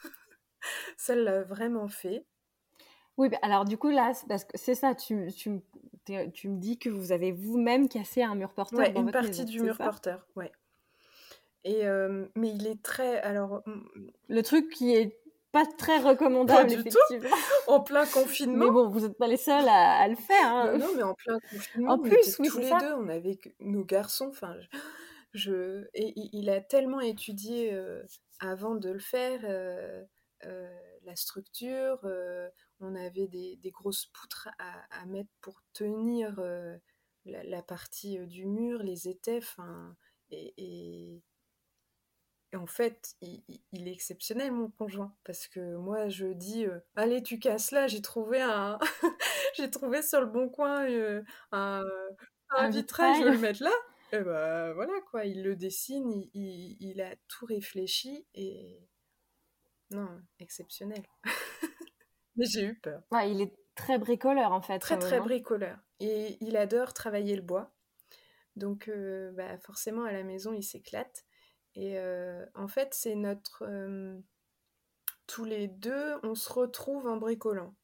Ça l'a vraiment fait. Oui, bah, alors du coup, là, c'est parce que c'est ça, tu, tu, me- t'es- tu me dis que vous avez vous-même cassé un mur porteur Ouais, dans une votre partie maison, du c'est mur ça? porteur, ouais. Et euh, mais il est très, alors hum, Le truc qui est pas très pas recommandable, du tout. effectivement. En plein confinement. Mais bon, vous n'êtes pas les seuls à, à le faire, Non, hein. non, mais en plein confinement, En on était plus, oui, tous c'est les ça. deux, on avait que nos garçons. Enfin, je, je- et il il a tellement étudié euh, avant de le faire euh, euh, la structure. Euh, on avait des, des grosses poutres à, à mettre pour tenir euh, la, la partie euh, du mur, les étais. Enfin, et, et- et en fait, il, il- il est exceptionnel, mon conjoint, parce que moi, je dis, euh, allez, tu casses là, j'ai trouvé un, j'ai trouvé sur le bon coin euh, un, un Un vitrail, je vais vitrail. le mettre là. Et ben voilà quoi, il le dessine, il, il- il a tout réfléchi et non, exceptionnel. Mais j'ai eu peur. Ouais, il est très bricoleur, en fait, Très quand même, très hein. bricoleur et il adore travailler le bois. Donc euh, bah, forcément à la maison, il s'éclate. Et euh, en fait, c'est notre euh, tous les deux, on se retrouve en bricolant.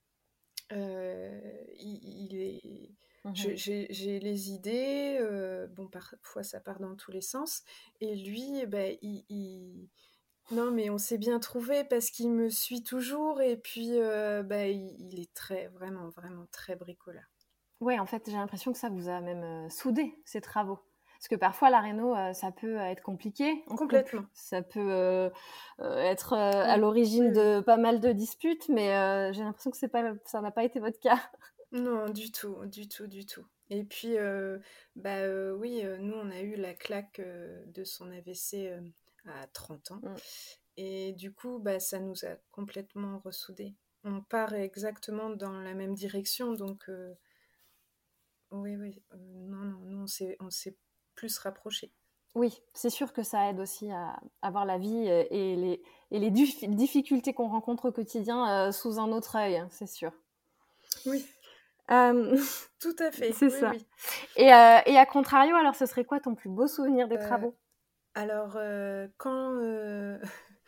Euh, il, il est... je- Mhm. J'ai j'ai les idées, euh, bon, parfois ça part dans tous les sens, et lui, ben, il, il- non, mais on s'est bien trouvé parce qu'il me suit toujours, et puis euh, ben, il, il est très, vraiment, vraiment très bricoleur. Ouais, en fait, j'ai l'impression que ça vous a même euh, soudé, ces travaux. Parce que parfois, la réno, euh, ça peut être compliqué en couple. Complètement. Ça peut euh, euh, être euh, à Oui, oui, l'origine oui. de pas mal de disputes, mais euh, j'ai l'impression que c'est pas, ça n'a pas été votre cas. Non, du tout, du tout, du tout. Et puis, euh, bah euh, oui, euh, nous, on a eu la claque euh, de son A V C euh, à trente ans. Mm. Et du coup, bah, ça nous a complètement ressoudés. On part exactement dans la même direction, donc euh, oui, oui, euh, non, non, nous, on s'est, on s'est plus rapprochés. Oui, c'est sûr que ça aide aussi à, à voir la vie euh, et les, et les dif- difficultés qu'on rencontre au quotidien euh, sous un autre œil, hein, c'est sûr. Oui, Euh, tout à fait, c'est oui, ça. oui. Et, euh, et à contrario, alors ce serait quoi ton plus beau souvenir des Euh, travaux? alors, euh, quand, euh,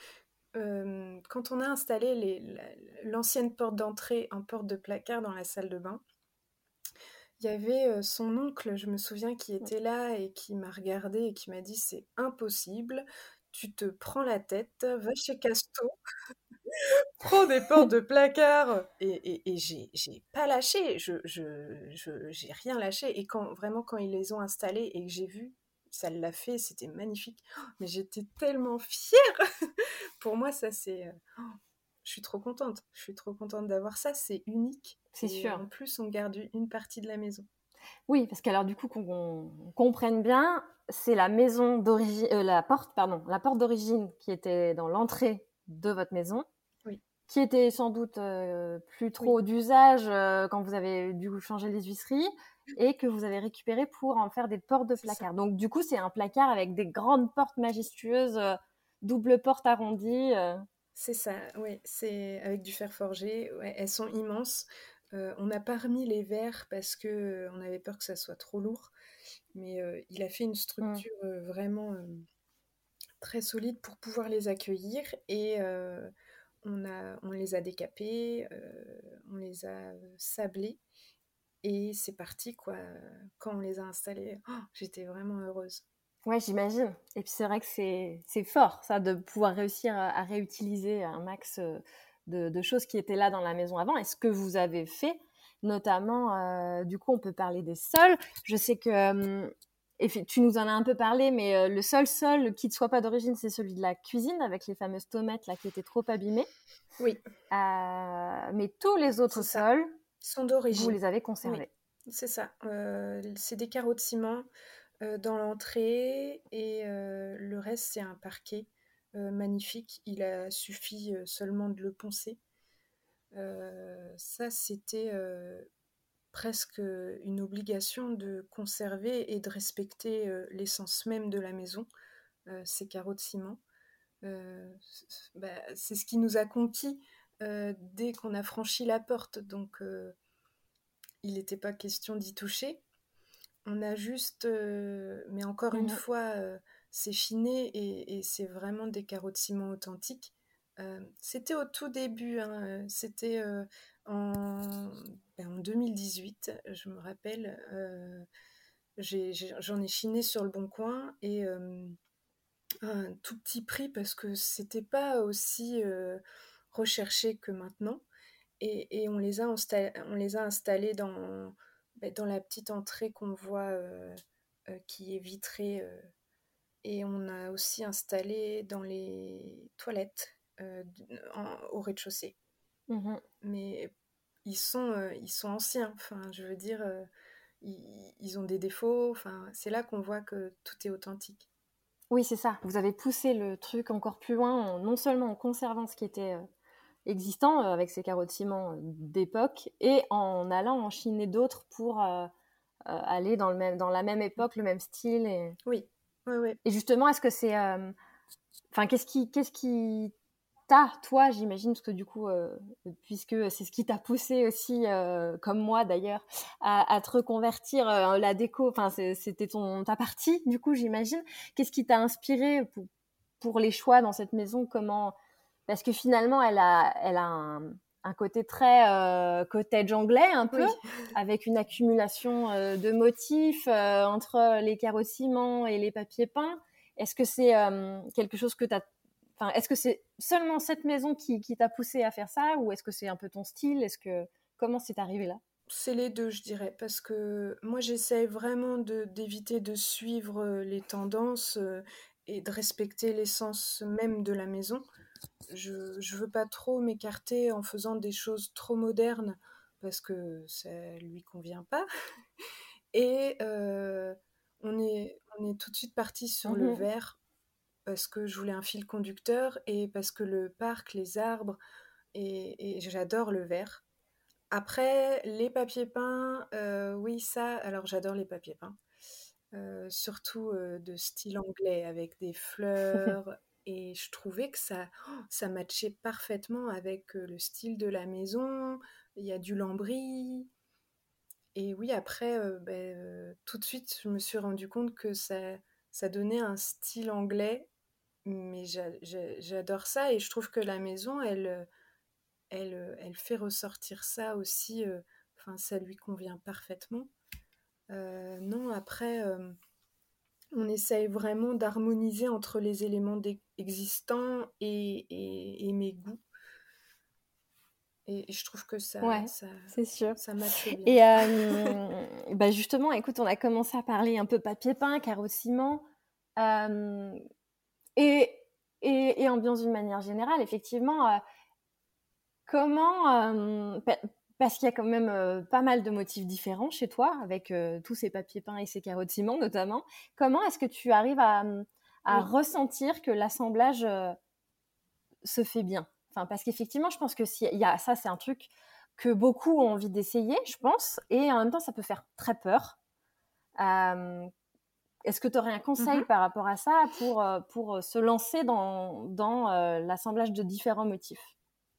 euh, quand on a installé les- la- l'ancienne porte d'entrée en porte de placard dans la salle de bain, il y avait euh, son oncle, je me souviens, qui était là et qui m'a regardée et qui m'a dit: «C'est impossible, tu te prends la tête, va chez Casto, prends des portes de placard». Et, et, et j'ai, j'ai pas lâché, je, je, je- j'ai rien lâché. Et quand vraiment, quand ils les ont installés et que j'ai vu, ça l'a fait, c'était magnifique. Oh, mais j'étais tellement fière. Pour moi, ça c'est. euh, oh, je suis trop contente. Je suis trop contente d'avoir ça. C'est unique. C'est Et sûr. en plus, on garde une partie de la maison. Oui, parce qu'alors du coup, qu'on qu'on comprenne bien, c'est la maison d'origine, euh, la porte, pardon, la porte d'origine qui était dans l'entrée de votre maison, Oui, qui était sans doute euh, plus oui, trop d'usage euh, quand vous avez dû changer les huisseries et que vous avez récupéré pour en faire des portes de c'est ça. placard. Donc du coup, c'est un placard avec des grandes portes majestueuses, euh, double porte arrondie. euh. C'est ça, oui, c'est avec du fer forgé. Ouais, elles sont immenses. Euh, on n'a pas remis les verres parce que euh, on avait peur que ça soit trop lourd. Mais euh, il a fait une Mm. structure euh, vraiment euh, très solide pour pouvoir les accueillir. Et euh, on a, on les a décapés, euh, on les a sablés. Et c'est parti, quoi. Quand on les a installés, oh, j'étais vraiment heureuse. Ouais, j'imagine. Et puis c'est vrai que c'est c'est fort, ça, de pouvoir réussir à, à réutiliser un max euh, de, de choses qui étaient là dans la maison avant. Et ce que vous avez fait, notamment, euh, du coup, on peut parler des sols. Je sais que, euh, et puis, tu nous en as un peu parlé, mais euh, le seul sol qui ne soit pas d'origine, c'est celui de la cuisine, avec les fameuses tomates là qui étaient trop abîmées. Oui, Euh, mais tous les autres c'est ça. sols, Ils sont vous d'origine. les avez Oui, conservés. c'est ça. Euh, c'est des carreaux de ciment euh, dans l'entrée et euh, le reste c'est un parquet euh, magnifique. Il a suffi euh, seulement de le poncer. Euh, ça c'était euh, presque une obligation de conserver et de respecter euh, l'essence même de la maison, euh, ces carreaux de ciment. Euh, bah, c'est ce qui nous a conquis euh, dès qu'on a franchi la porte, donc euh, il n'était pas question d'y toucher. On a juste, euh, mais encore une Mhm. fois, euh, c'est chiné et, et c'est vraiment des carreaux de ciment authentiques. Euh, c'était au tout début, hein, euh, c'était euh, en, ben, en deux mille dix-huit, je me rappelle. euh, j'ai- j'ai- j'en ai chiné sur le Bon Coin et euh, un tout petit prix parce que c'était pas aussi euh, recherché que maintenant. Et, et on, les a insta- on les a installés dans, ben, dans la petite entrée qu'on voit euh, euh, qui est vitrée. euh, et on a aussi installé dans les toilettes euh, en- au rez-de-chaussée. Mhm. Mais ils sont, euh, ils sont anciens. Enfin, je veux dire, euh, ils, ils ont des défauts. Enfin, c'est là qu'on voit que tout est authentique. Oui, c'est ça. Vous avez poussé le truc encore plus loin, en- non seulement en conservant ce qui était euh, existant euh, avec ces carreaux de ciment euh, d'époque et en allant en chiner d'autres pour euh, euh, aller dans, le même, dans la même époque, le même style. Et, Oui, oui, oui. et justement, est-ce que c'est... euh, Enfin, qu'est-ce qui, qu'est-ce qui t'a, toi, j'imagine, parce que du coup, euh, puisque c'est ce qui t'a poussé aussi, euh, comme moi d'ailleurs, à, à te reconvertir euh, la déco, enfin, c'est- c'était ton, ta partie, du coup, j'imagine. Qu'est-ce qui t'a inspiré pour, pour les choix dans cette maison? Comment... Parce que finalement, elle a, elle a un, un côté très euh, cottage anglais, un peu, Oui. avec une accumulation euh, de motifs euh, entre les carreaux de ciment et les papiers peints. Est-ce que c'est euh, quelque chose que tu as... Enfin, est-ce que c'est seulement cette maison qui, qui t'a poussé à faire ça ou est-ce que c'est un peu ton style? Est-ce que... Comment c'est arrivé là? C'est les deux, je dirais, parce que moi j'essaye vraiment de d'éviter de suivre euh, les tendances euh, et de respecter l'essence même de la maison. Je je veux pas trop m'écarter en faisant des choses trop modernes parce que ça lui convient pas. Et euh, on est on est tout de suite parti sur le Mhm. vert parce que je voulais un fil conducteur et parce que le parc, les arbres et, et j'adore le vert. Après, les papiers peints, euh, oui, ça, alors j'adore les papiers peints. euh, surtout euh, de style anglais, avec des fleurs. Et je trouvais que ça, oh, ça matchait parfaitement avec euh, le style de la maison. Il y a du lambris. Et oui, après, euh, ben, euh, tout de suite, je me suis rendu compte que ça, ça donnait un style anglais. Mais j'a- j'a- j'adore ça et je trouve que la maison, elle, euh, elle, euh, elle fait ressortir ça aussi. euh, Enfin, ça lui convient parfaitement. Euh, non, après, euh, on essaye vraiment d'harmoniser entre les éléments d'e- existants et, et- et mes goûts. Et, et je trouve que ça, Ouais, ça, c'est sûr. ça matche bien. Et euh, bah justement, écoute, on a commencé à parler un peu papier peint, carreau de ciment, euh, et, et, et ambiance d'une manière générale, effectivement. euh, comment, euh, pa- parce qu'il y a quand même euh, pas mal de motifs différents chez toi, avec euh, tous ces papiers peints et ces carreaux de ciment notamment. Comment est-ce que tu arrives à, à Oui. ressentir que l'assemblage euh, se fait bien? Enfin, parce qu'effectivement, je pense que si, il y a, ça, c'est un truc que beaucoup ont envie d'essayer, je pense, et en même temps, ça peut faire très peur. Euh, Est-ce que tu aurais un conseil Mhm. par rapport à ça pour, euh, pour se lancer dans, dans euh, l'assemblage de différents motifs?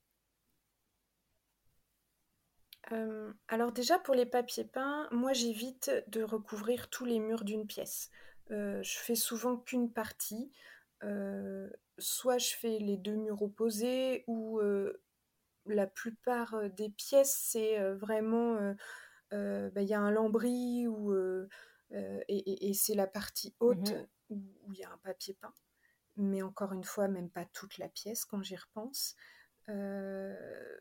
Euh, alors déjà pour les papiers peints, moi j'évite de recouvrir tous les murs d'une pièce. Euh, je fais souvent qu'une partie. Euh, Soit je fais les deux murs opposés ou euh, la plupart euh, des pièces c'est euh, vraiment euh, euh, bah, il y a un lambris ou euh, euh, et, et- et c'est la partie haute Mhm. où où il y a un papier peint. Mais encore une fois, même pas toute la pièce quand j'y repense. Euh,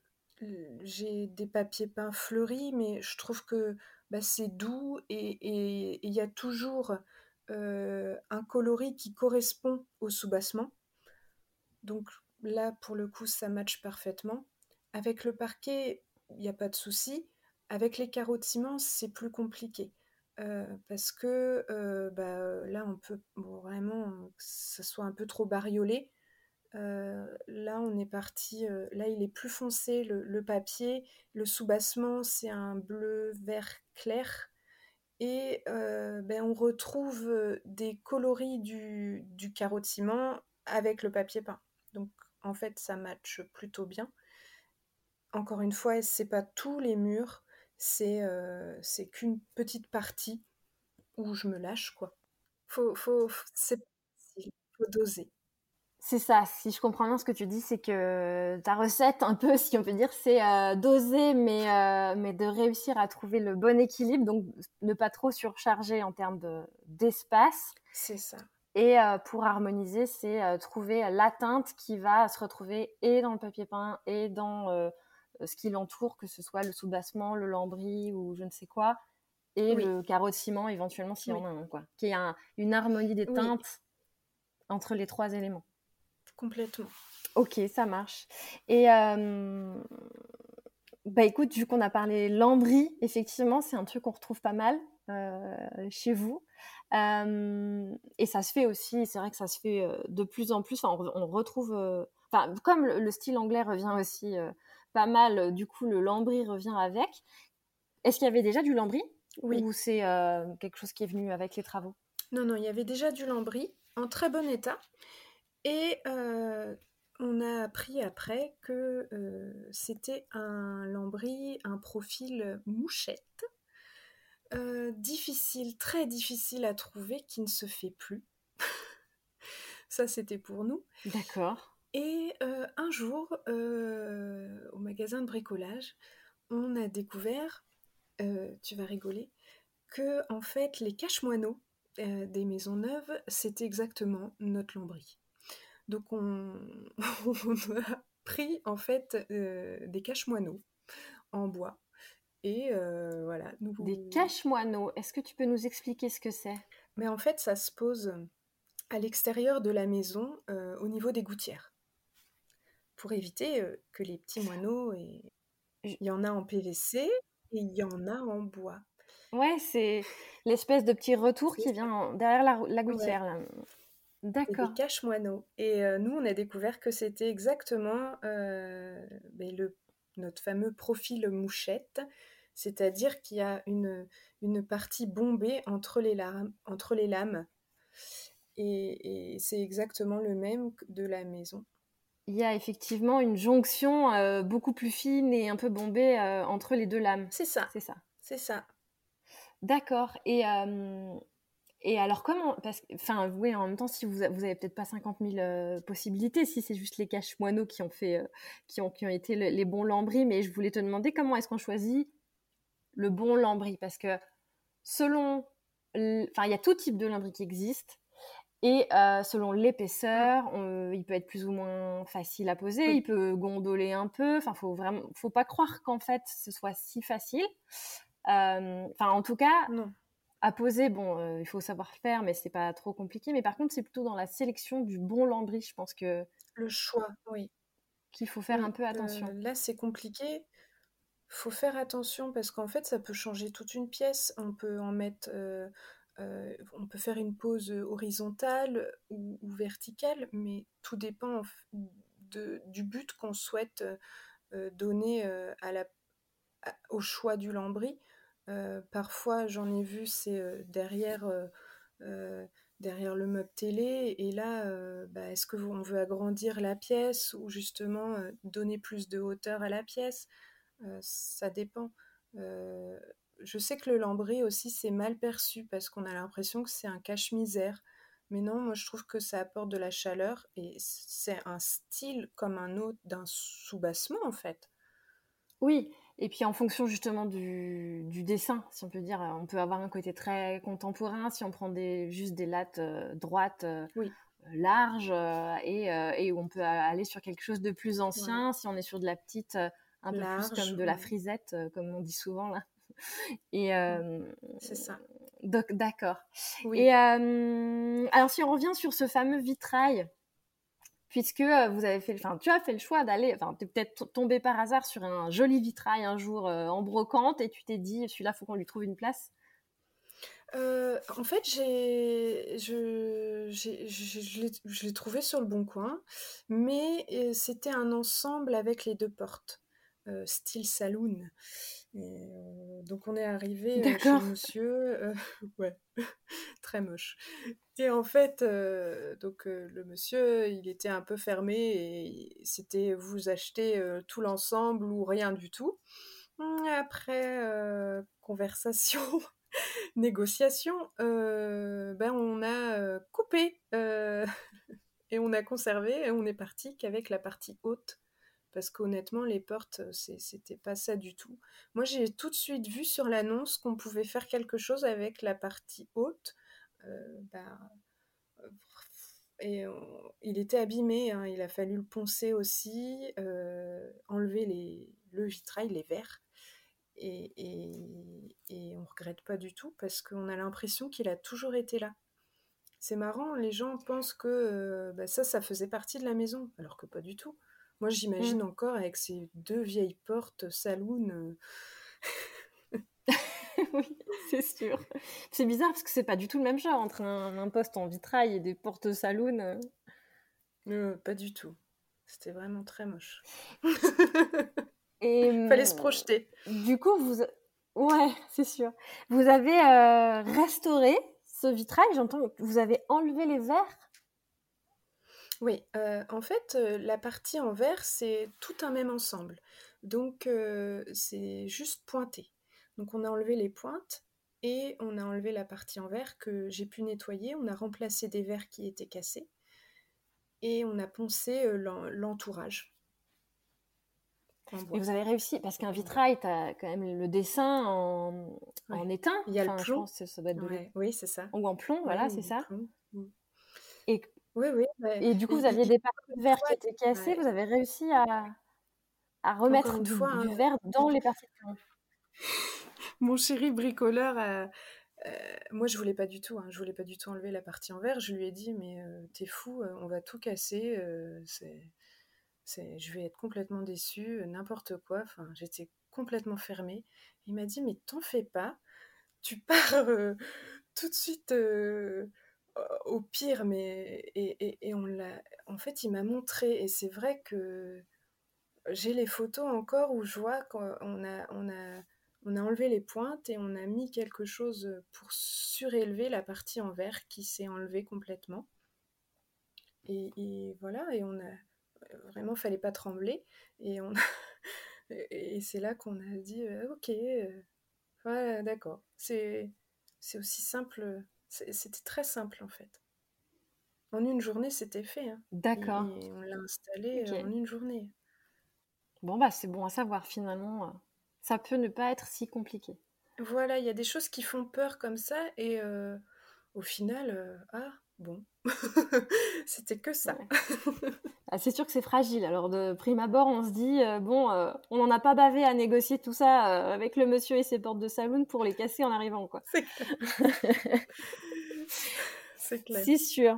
j'ai des papiers peints fleuris, mais je trouve que bah, c'est doux et il y a toujours euh, un coloris qui correspond au soubassement. Donc là, pour le coup, ça matche parfaitement. Avec le parquet, il n'y a pas de souci. Avec les carreaux de ciment, c'est plus compliqué. Euh, parce que euh, bah, là, on peut bon, vraiment euh, que ce soit un peu trop bariolé. Euh, là, on est parti. Euh, là, il est plus foncé, le, le papier. Le soubassement, c'est un bleu vert clair. Et euh, ben, on retrouve euh, des coloris du, du carreau de ciment avec le papier peint. Donc, en fait, ça matche plutôt bien. Encore une fois, c'est pas tous les murs, c'est euh, c'est qu'une petite partie où je me lâche, quoi. Faut, faut, faut- c'est pas facile, faut doser. C'est ça, si je comprends bien ce que tu dis, c'est que ta recette, un peu, si on peut dire, c'est euh, doser, mais, euh, mais de réussir à trouver le bon équilibre, donc ne pas trop surcharger en termes de, d'espace. C'est ça. Et euh, pour harmoniser, c'est euh, trouver la teinte qui va se retrouver et dans le papier peint et dans euh, ce qui l'entoure, que ce soit le soubassement, le lambris ou je ne sais quoi, et Oui, le carreau de ciment éventuellement s'il y en oui, a un, quoi. Qu'il y ait un- une harmonie des oui, teintes entre les trois éléments. complètement. Ok, ça marche. Et euh, bah écoute, vu qu'on a parlé lambris, effectivement, c'est un truc qu'on retrouve pas mal euh, chez vous. Euh, et ça se fait aussi, c'est vrai que ça se fait euh, de plus en plus. Enfin, on, on retrouve, euh, enfin, comme le, le style anglais revient aussi euh, pas mal, euh, du coup, le lambris revient avec. Est-ce qu'il y avait déjà du lambris Oui. ou c'est euh, quelque chose qui est venu avec les travaux? Non, non, il y avait déjà du lambris en très bon état. Et euh, on a appris après que euh, c'était un lambris, un profil mouchette, euh, difficile, très difficile à trouver, qui ne se fait plus. Ça, c'était pour nous. D'accord. Et euh, un jour, euh, au magasin de bricolage, on a découvert, euh, tu vas rigoler, que en fait, les cache-moineaux euh, des maisons neuves, c'était exactement notre lambris. Donc on, on a pris en fait euh, des cache-moineaux en bois et euh, voilà. Des Nous... cache-moineaux, est-ce que tu peux nous expliquer ce que c'est? Mais en fait, ça se pose à l'extérieur de la maison, euh, au niveau des gouttières, pour éviter euh, que les petits moineaux. Et... Je- Il y en a en P V C et il y en a en bois. Ouais, c'est l'espèce de petit retour C'est qui ça. vient en- derrière la, la Ouais. gouttière, là. C'est des D'accord. cache-moineaux. Et euh, nous, on a découvert que c'était exactement euh, ben, le, notre fameux profil mouchette. C'est-à-dire qu'il y a une, une partie bombée entre les lames, entre les lames. Et, et c'est exactement le même que de la maison. Il y a effectivement une jonction euh, beaucoup plus fine et un peu bombée euh, entre les deux lames. C'est ça, C'est ça. c'est ça. D'accord. Et, euh, et alors comment, parce que, enfin, oui, en même temps, si vous, a- vous avez peut-être pas cinquante mille euh, possibilités, si c'est juste les cache-moineaux qui ont fait, euh, qui ont, qui ont été le- les bons lambris, mais je voulais te demander comment est-ce qu'on choisit le bon lambris, parce que selon, l- enfin, il y a tout type de lambris qui existe. Et euh, selon Mm, l'épaisseur, on- il peut être plus ou moins facile à poser, il oui, peut gondoler un peu. Enfin, faut vraiment, faut pas croire qu'en fait ce soit si facile. Euh, Enfin, en tout cas, non. à poser, bon, euh, il faut savoir faire, mais c'est pas trop compliqué. Mais par contre, c'est plutôt dans la sélection du bon lambris, je pense que Le choix, oui. qu'il faut faire un Oui, peu attention. euh, là c'est compliqué. Faut faire attention parce qu'en fait ça peut changer toute une pièce. On peut en mettre, euh, euh, on peut faire une pose horizontale ou, ou verticale, mais tout dépend en f- de- du but qu'on souhaite euh, donner euh, à la, à- au choix du lambris. Euh, parfois j'en ai vu, c'est euh, derrière. euh, euh, derrière le meuble télé. Et là, euh, bah, est-ce qu'on veut agrandir la pièce ou justement euh, donner plus de hauteur à la pièce? Euh, ça dépend. Euh, je sais que le lambris aussi, c'est mal perçu parce qu'on a l'impression que c'est un cache-misère. Mais non, moi je trouve que ça apporte de la chaleur et c'est un style comme un autre d'un soubassement en fait. Oui, et puis en fonction justement du, du dessin, si on peut dire, on peut avoir un côté très contemporain si on prend des, juste des lattes euh, droites. euh, Oui, large euh, et, euh, et où on peut aller sur quelque chose de plus voilà. ancien si on est sur de la petite, euh, un peu plus comme Large, de la ouais. frisette, euh, comme on dit souvent là. Et Mm, euh, c'est ça. doc- d'accord. Oui. Et euh, alors si on revient sur ce fameux vitrail, puisque euh, vous avez fait, enfin tu as fait le choix d'aller, enfin tu es peut-être tombé par hasard sur un joli vitrail un jour euh, en brocante et tu t'es dit celui-là faut qu'on lui trouve une place. Euh, en fait, j'ai, je, j'ai- je, je l'ai je l'ai trouvé sur le Bon Coin, mais euh, c'était un ensemble avec les deux portes, euh, style saloon. Et, euh, donc on est arrivé euh, chez le D'accord. monsieur, euh, ouais, très moche. Et en fait, euh, donc euh, le monsieur, il était un peu fermé et c'était vous achetez euh, tout l'ensemble ou rien du tout. Après euh, conversation négociation, euh, ben on a euh, coupé euh, et on a conservé et on est parti qu'avec la partie haute. Parce qu'honnêtement, les portes, c'est- c'était pas ça du tout. Moi, j'ai tout de suite vu sur l'annonce qu'on pouvait faire quelque chose avec la partie haute. Euh, ben, euh, et on- il était abîmé, hein, il a fallu le poncer aussi, euh, enlever les, le vitrail, les verres. Et, et, et on regrette pas du tout parce qu'on a l'impression qu'il a toujours été là. C'est marrant, les gens pensent que euh, bah ça, ça faisait partie de la maison, alors que pas du tout. Moi, j'imagine Mm. encore avec ces deux vieilles portes saloon. euh, Oui, c'est sûr. C'est bizarre parce que c'est pas du tout le même genre entre un, un poste en vitrail et des portes saloon. euh. euh, pas du tout. C'était vraiment très moche. Et Fallait se hum, projeter. du coup, vous, ouais, c'est sûr. Vous avez euh, restauré ce vitrail. J'entends que vous avez enlevé les verres. Oui, euh, en fait, euh, la partie en verre, c'est tout un même ensemble. Donc, euh, c'est juste pointé. Donc, on a enlevé les pointes et on a enlevé la partie en verre que j'ai pu nettoyer. On a remplacé des verres qui étaient cassés et on a poncé euh, l'en- l'entourage en Et bois. vous avez réussi parce qu'un En bois. vitrail, t'as quand même le dessin en, en Ouais. étain. Il y a le Enfin, je plomb. pense que ça doit être de l'étain. Ouais, oui, c'est ça. Ou en plomb, Ouais, voilà, ou c'est du ça. plomb. Mm. Et, Oui, oui. Ouais. et du coup, Et- vous et- aviez et des parties encore de une verre qui fois, étaient cassées. ouais, Vous avez réussi à, à encore remettre une du, fois, du hein, verre dans les parties de plomb. mon chéri bricoleur a, Euh, moi, je voulais pas du tout, hein, je voulais pas du tout enlever la partie en verre. Je lui ai dit, mais euh, t'es fou, euh, on va tout casser. euh, c'est, c'est, je vais être complètement déçue, euh, n'importe quoi. Enfin, j'étais complètement fermée. Il m'a dit, mais t'en fais pas, tu pars euh, tout de suite euh, au pire. Mais et, et, et on l'a. En fait, il m'a montré, et c'est vrai que j'ai les photos encore où je vois qu'on a, on a on a enlevé les pointes et on a mis quelque chose pour surélever la partie en verre qui s'est enlevée complètement. Et, et voilà, et on a vraiment, fallait pas trembler. Et, on a, et, et c'est là qu'on a dit, euh, ok, euh, voilà, d'accord. C'est, c'est aussi simple, c'est- c'était très simple en fait. En une journée, c'était fait. Hein. D'accord. Et, et on l'a installé Ok. euh, en une journée. Bon, bah, c'est bon à savoir finalement. euh, Ça peut ne pas être si compliqué. Voilà, il y a des choses qui font peur comme ça, et euh, au final, euh, ah, bon, c'était que ça. Ouais. Ah, c'est sûr que c'est fragile. Alors, de prime abord, on se dit, euh, bon, euh, on n'en a pas bavé à négocier tout ça euh, avec le monsieur et ses portes de saloon pour les casser en arrivant, quoi. C'est clair. C'est clair. C'est sûr.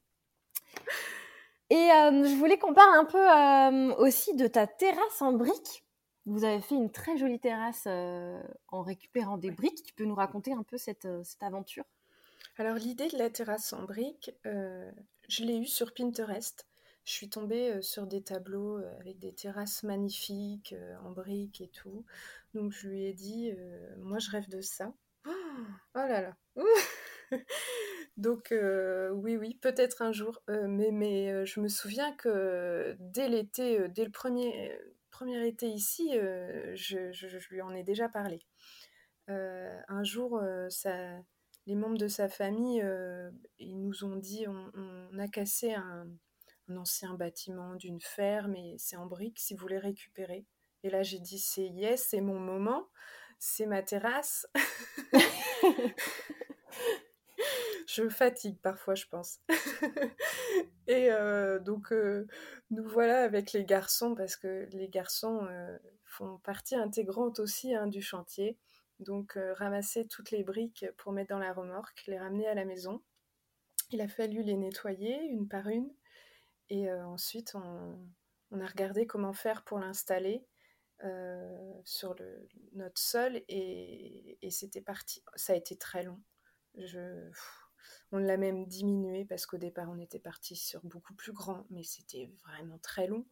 Et euh, je voulais qu'on parle un peu euh, aussi de ta terrasse en briques. Vous avez fait une très jolie terrasse euh, en récupérant des Ouais. briques. Tu peux nous raconter un peu cette, euh, cette aventure? Alors l'idée de la terrasse en briques, euh, je l'ai eue sur Pinterest. Je suis tombée euh, sur des tableaux euh, avec des terrasses magnifiques euh, en briques et tout. Donc je lui ai dit, euh, moi je rêve de ça. Oh, oh là là. Donc euh, oui, oui, peut-être un jour. Euh, mais mais euh, je me souviens que dès l'été, euh, dès le premier, euh, premier été ici, euh, je, je- je lui en ai déjà parlé. Euh, un jour, euh, ça, les membres de sa famille, euh, ils nous ont dit, on, on a cassé un, un ancien bâtiment d'une ferme et c'est en briques si vous voulez récupérer. Et là, j'ai dit, c'est yes, c'est mon moment, c'est ma terrasse. Je fatigue parfois, je pense. Et euh, donc, euh, nous voilà avec les garçons, parce que les garçons euh, font partie intégrante aussi hein, du chantier. Donc, euh, ramasser toutes les briques pour mettre dans la remorque, les ramener à la maison. Il a fallu les nettoyer une par une. Et euh, ensuite, on, on a regardé comment faire pour l'installer euh, sur le, notre sol. Et, et c'était parti. Ça a été très long. Je, on l'a même diminué parce qu'au départ, on était parti sur beaucoup plus grand, mais c'était vraiment très long.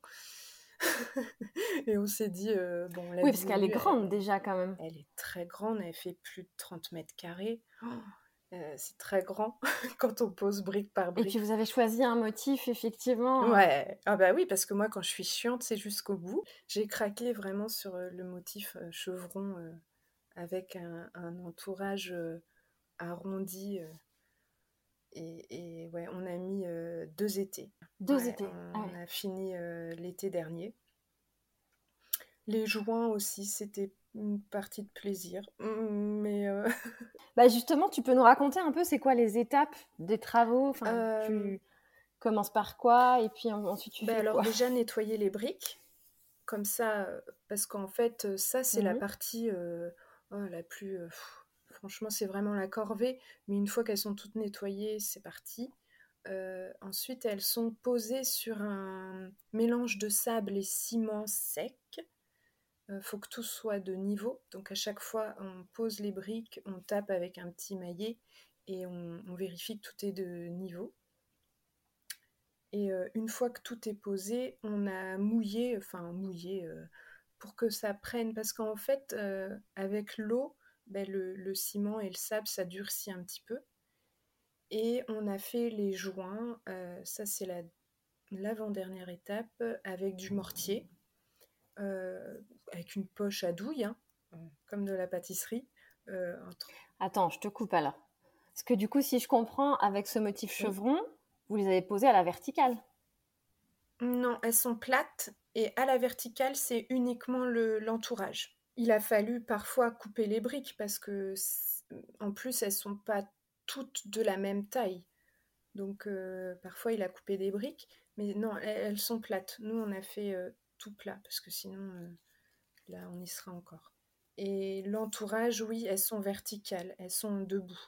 Et on s'est dit, euh, bon, on l'a Oui, parce qu'elle est diminué. Elle, grande déjà quand même. elle est très grande, elle fait plus de trente mètres carrés. Oh, euh, c'est très grand quand on pose brique par Et puis brique. vous avez choisi un motif, effectivement. euh, Ouais, ah bah oui, parce que moi, quand je suis chiante, c'est jusqu'au bout. J'ai craqué vraiment sur euh, le motif euh, chevron euh, avec un, un entourage euh, arrondi. euh, Et, et ouais, on a mis euh, deux étés. Deux Ouais, étés. Ah on ouais. a fini euh, l'été dernier. Les joints aussi, c'était une partie de plaisir. Mm, Mais euh, Bah justement, tu peux nous raconter un peu c'est quoi les étapes des travaux? Enfin, euh, tu commences par quoi et puis en- ensuite tu ben fais alors quoi? déjà nettoyer les briques, comme ça, euh, parce qu'en fait, euh, ça c'est la Mhm. partie euh, oh, la plus... euh, pff, franchement, c'est vraiment la corvée. Mais une fois qu'elles sont toutes nettoyées, c'est parti. Euh, ensuite, elles sont posées sur un mélange de sable et ciment sec. Il faut que tout soit de niveau. Donc à chaque fois, on pose les briques, on tape avec un petit maillet et on, on vérifie que tout est de niveau. Et euh, une fois que tout est posé, on a mouillé, enfin mouillé euh, pour que ça prenne. Parce qu'en fait, euh, avec l'eau, ben, le, le ciment et le sable, ça durcit un petit peu. Et on a fait les joints, euh, ça c'est la, l'avant-dernière étape, avec du mortier, euh, avec une poche à douille, hein, comme de la pâtisserie. Euh, entre... Attends, je te coupe alors. Parce que du coup, si je comprends, avec ce motif Oui. chevron, vous les avez posés à la verticale. Non, elles sont plates et à la verticale, c'est uniquement le, l'entourage. Il a fallu parfois couper les briques parce que, en plus, elles sont pas toutes de la même taille. Donc, euh, parfois, il a coupé des briques, mais non, elles, elles sont plates. Nous, on a fait euh, tout plat parce que sinon, euh, là, on y sera encore. Et l'entourage, oui, elles sont verticales, elles sont debout.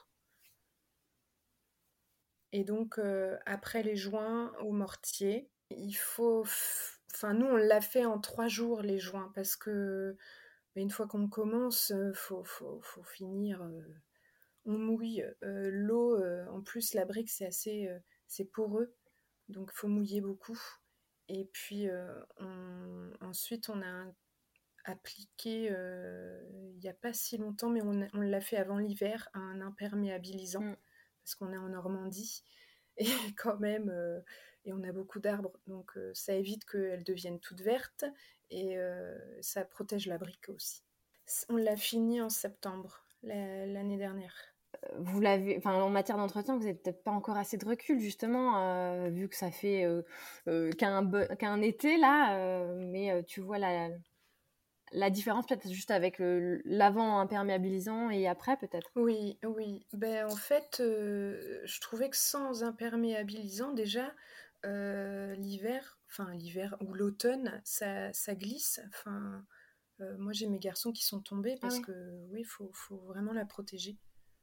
Et donc, euh, après les joints au mortier, il faut... f- Enfin, nous, on l'a fait en trois jours, les joints, parce que bah, une fois qu'on commence, il faut, faut, faut finir. euh, on mouille. euh, l'eau, euh, en plus, la brique, c'est assez... euh, c'est poreux, donc il faut mouiller beaucoup. Et puis, euh, on- ensuite, on a un, appliqué, heu, il y a pas si longtemps, mais on on l'a fait avant l'hiver, un imperméabilisant Mmh. parce qu'on est en Normandie et quand même, heu et on a beaucoup d'arbres donc heu, ça évite qu'elles deviennent toutes vertes et heu, ça protège la brique aussi. C on l'a fini en septembre, l'a l'année dernière. Vous l'avez, enfin, en matière d'entretien, vous avez peut-être pas encore assez de recul justement, heu, vu que ça fait, heu heu, qu'un be qu'un été là, heu, mais heu, tu vois la la différence peut-être juste avec le l'avant imperméabilisant et après peut-être? Oui, oui. Ben en fait, heu, je trouvais que sans imperméabilisant déjà, heu, l'hiver, enfin l'hiver ou l'automne, ça ça glisse. Enfin, heu, moi j'ai mes garçons qui sont tombés Ah parce oui. que oui, faut faut vraiment la protéger.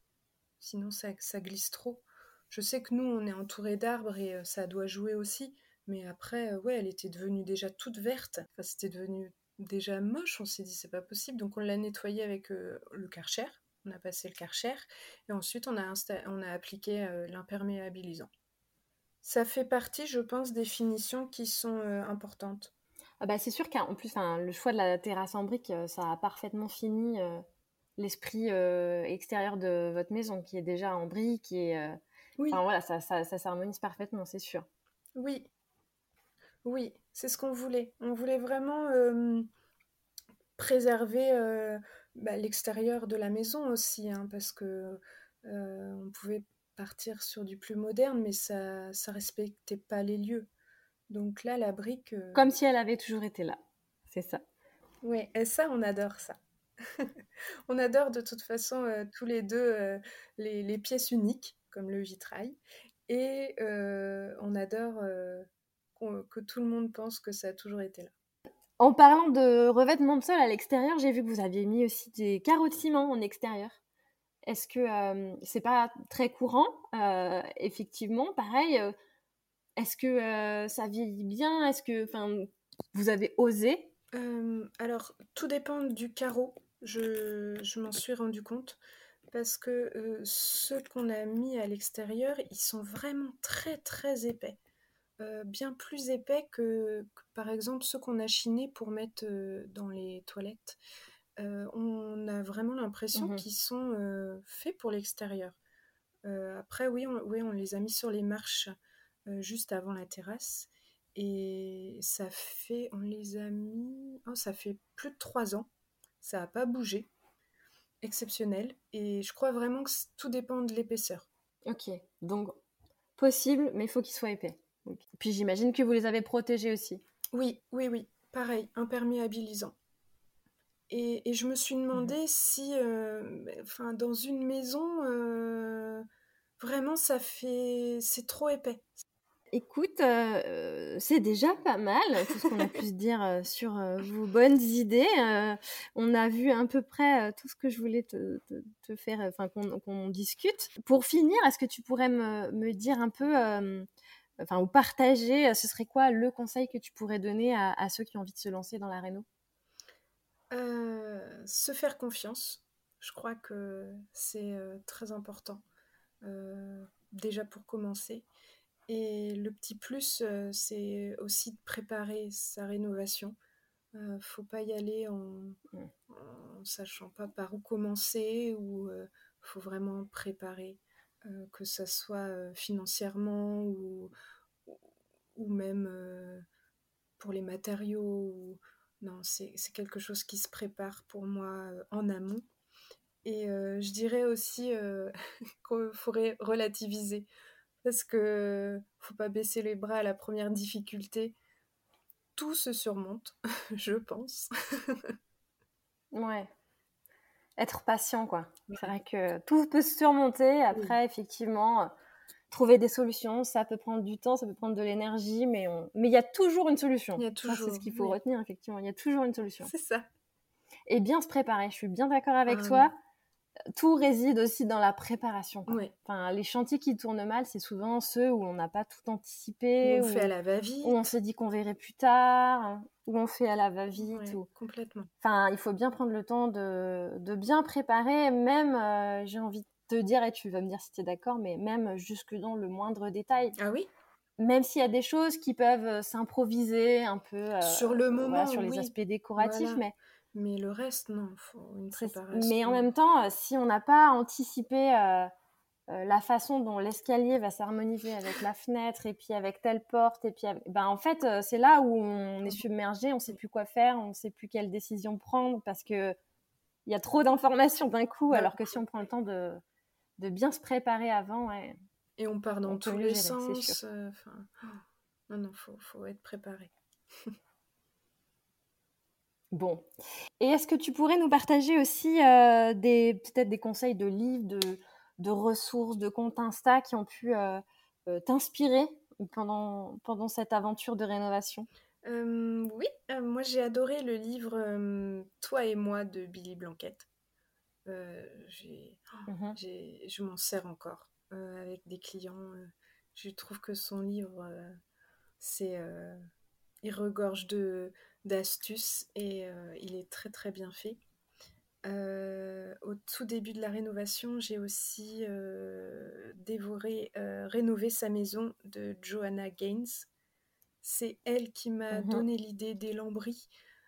Sinon ça ça glisse trop. Je sais que nous, on est entourés d'arbres et heu, ça doit jouer aussi, mais après, heu, ouais, elle était devenue déjà toute verte. Enfin, c'était devenu déjà moche. On s'est dit: «C'est pas possible», donc on l'a nettoyée avec, heu, le Karcher. On a passé le Karcher et ensuite on a insta on a appliqué, heu, l'imperméabilisant. Ça fait partie, je pense, des finitions qui sont, heu, importantes. Ah bah, c'est sûr qu'en plus, enfin, le choix de la terrasse en brique, heu, ça a parfaitement fini, heu, l'esprit, heu, extérieur de votre maison qui est déjà en brique et heu, enfin Oui, voilà, ça ça ça s'harmonise parfaitement, c'est sûr. oui, oui, c'est ce qu'on voulait. On voulait vraiment, hem préserver, heu, bah, l'extérieur de la maison aussi, hein, parce que, heu, on pouvait partir sur du plus moderne, mais ça ça respectait pas les lieux. Donc là, la brique, heu, Comme si elle avait toujours été là, c'est ça. ouais et ça, on adore ça. On adore de toute façon, heu, tous les deux heu, les les pièces uniques, comme le vitrail et heu, on adore, heu, qu'on que tout le monde pense que ça a toujours été là. En parlant de revêtement de sol à l'extérieur, j'ai vu que vous aviez mis aussi des carreaux de ciment en extérieur. Est-ce que, hem, c'est pas très courant? Heu, effectivement, pareil, heu, est-ce que, heu, ça vieillit bien? Est-ce que, enfin, vous avez osé? Hem, alors tout dépend du carreau. Je je m'en suis rendu compte parce que, heu, ceux qu'on a mis à l'extérieur, ils sont vraiment très, très épais. Heu, bien plus épais que que par exemple ceux qu'on a chinés pour mettre, heu, dans les toilettes. Heu, on a vraiment l'impression Mmh. qu'ils sont, heu, faits pour l'extérieur. Heu, après oui, on oui, on les a mis sur les marches, heu, juste avant la terrasse et ça fait on les a mis oh ça fait plus de trois ans. Ça a pas bougé, exceptionnel et je crois vraiment que c tout dépend de l'épaisseur. OK, donc possible, mais il faut qu'il soit épais. OK. Puis j'imagine que vous les avez protégés aussi? Oui, oui, oui, pareil, imperméabilisant et et je me suis Mmh. demandé si, heu, beh, enfin dans une maison, heu, vraiment ça fait c'est trop épais. Écoute, heu, c'est déjà pas mal, tout ce qu'on a pu se dire, heu, sur, heu, vos bonnes idées, heu, on a vu à peu près, heu, tout ce que je voulais te te te faire, enfin qu'on qu'on discute. Pour finir, est-ce que tu pourrais me me dire un peu, hem, enfin ou partager, heu, ce serait quoi le conseil que tu pourrais donner à à ceux qui ont envie de se lancer dans la réno? Heu, se faire confiance, je crois que c'est, heu, très important, heu, déjà pour commencer et le petit plus, heu, c'est aussi de préparer sa rénovation. Heu, faut pas y aller en Mmh. en sachant pas par où commencer ou, heu, faut vraiment préparer, heu, que ça soit, heu, financièrement ou ou ou même, heu, pour les matériaux ou non, c'est c'est quelque chose qui se prépare pour moi, heu, en amont et heu, je dirais aussi, heu, qu'il faut ré relativiser parce que faut pas baisser les bras à la première difficulté. Tout se surmonte, je pense. Ouais, être patient, quoi. C'est vrai que tout peut se surmonter. Oui, Après, effectivement, trouver des solutions, ça peut prendre du temps, ça peut prendre de l'énergie, mais on mais il y a toujours une il solution. y a Ça, c'est ce toujours, qu'il faut oui, retenir, effectivement. Il y a toujours une solution. c'est ça. Et bien se préparer. Je suis bien d'accord avec Ah toi. oui, Tout réside aussi dans la préparation, quoi. ouais, Enfin, les chantiers qui tournent mal, c'est souvent ceux où on n'a pas tout où anticipé, on fait à où, la où on va-vite. s'est dit qu'on verrait plus tard, où on fait à la va-vite. Ouais, Ou... complètement. Enfin, il faut bien prendre le temps de, de bien préparer, même, euh, j'ai envie de te dire, et tu vas me dire si tu es d'accord, mais même jusque dans le moindre détail. Ah oui? Même s'il y a des choses qui peuvent, heu, s'improviser un peu, heu, Sur le voilà, moment, sur les oui, aspects décoratifs, voilà. mais Mais le reste, non, il faut une C'est- préparation. Mais en même temps, euh, si on n'a pas anticipé euh, euh, la façon dont l'escalier va s'harmoniser avec la fenêtre et puis avec telle porte, et puis avec- ben, en fait, euh, c'est là où on est submergé, on ne sait plus quoi faire, on ne sait plus quelle décision prendre parce qu'il y a trop d'informations d'un coup, Ouais. alors que si on prend le temps de, de bien se préparer avant, ouais, Et on part dans on peut tous mieux les gérer, c'est sûr. sens. euh, 'fin, oh, non, non, faut, faut être préparé. Bon. Et est-ce que tu pourrais nous partager aussi euh, des, peut-être des conseils de livres, de, de ressources, de comptes Insta qui ont pu euh, euh, t'inspirer pendant, pendant cette aventure de rénovation? Euh, oui, euh, moi j'ai adoré le livre euh, Toi et moi de Billy Blanquette. Euh, j'ai, Mhm. j'ai, je m'en sers encore euh, avec des clients. euh, je trouve que son livre, euh, c'est, euh, il regorge de, d'astuces et euh, il est très très bien fait. Euh, au tout début de la rénovation, j'ai aussi euh, dévoré euh, Rénover sa maison de Joanna Gaines. C'est elle qui m'a Mhm. donné l'idée des lambris.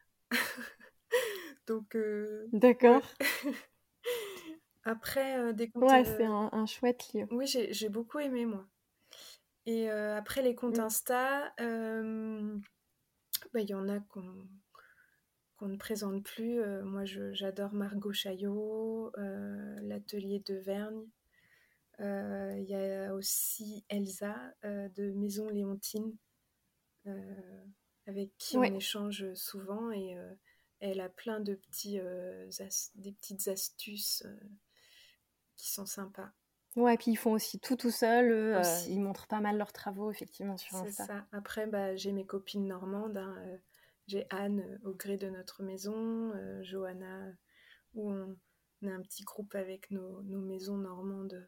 Donc, euh, D'accord. ouais. Après, euh, des comptes. Ouais, c'est euh, un, un chouette livre. Oui, j'ai, j'ai beaucoup aimé, moi. Et euh, après, les comptes Mm. Insta, euh, bah, il y en a qu'on, qu'on ne présente plus. Euh, moi, je- j'adore Margot Chaillot, euh, l'atelier de Vergne. Euh, Il y a aussi Elsa euh, de Maison Léontine, euh, avec qui on Ouais. échange souvent et euh, elle a plein de petits, euh, as- des petites astuces euh, qui sont sympas Ouais, puis ils font aussi tout tout seuls. Eux, euh, ils aussi. montrent pas mal leurs travaux, effectivement, sur C'est Insta. ça. Après, bah, j'ai mes copines normandes. Hein, euh, j'ai Anne euh, au gré de notre maison, euh, Johanna, où on, on a un petit groupe avec nos, nos maisons normandes.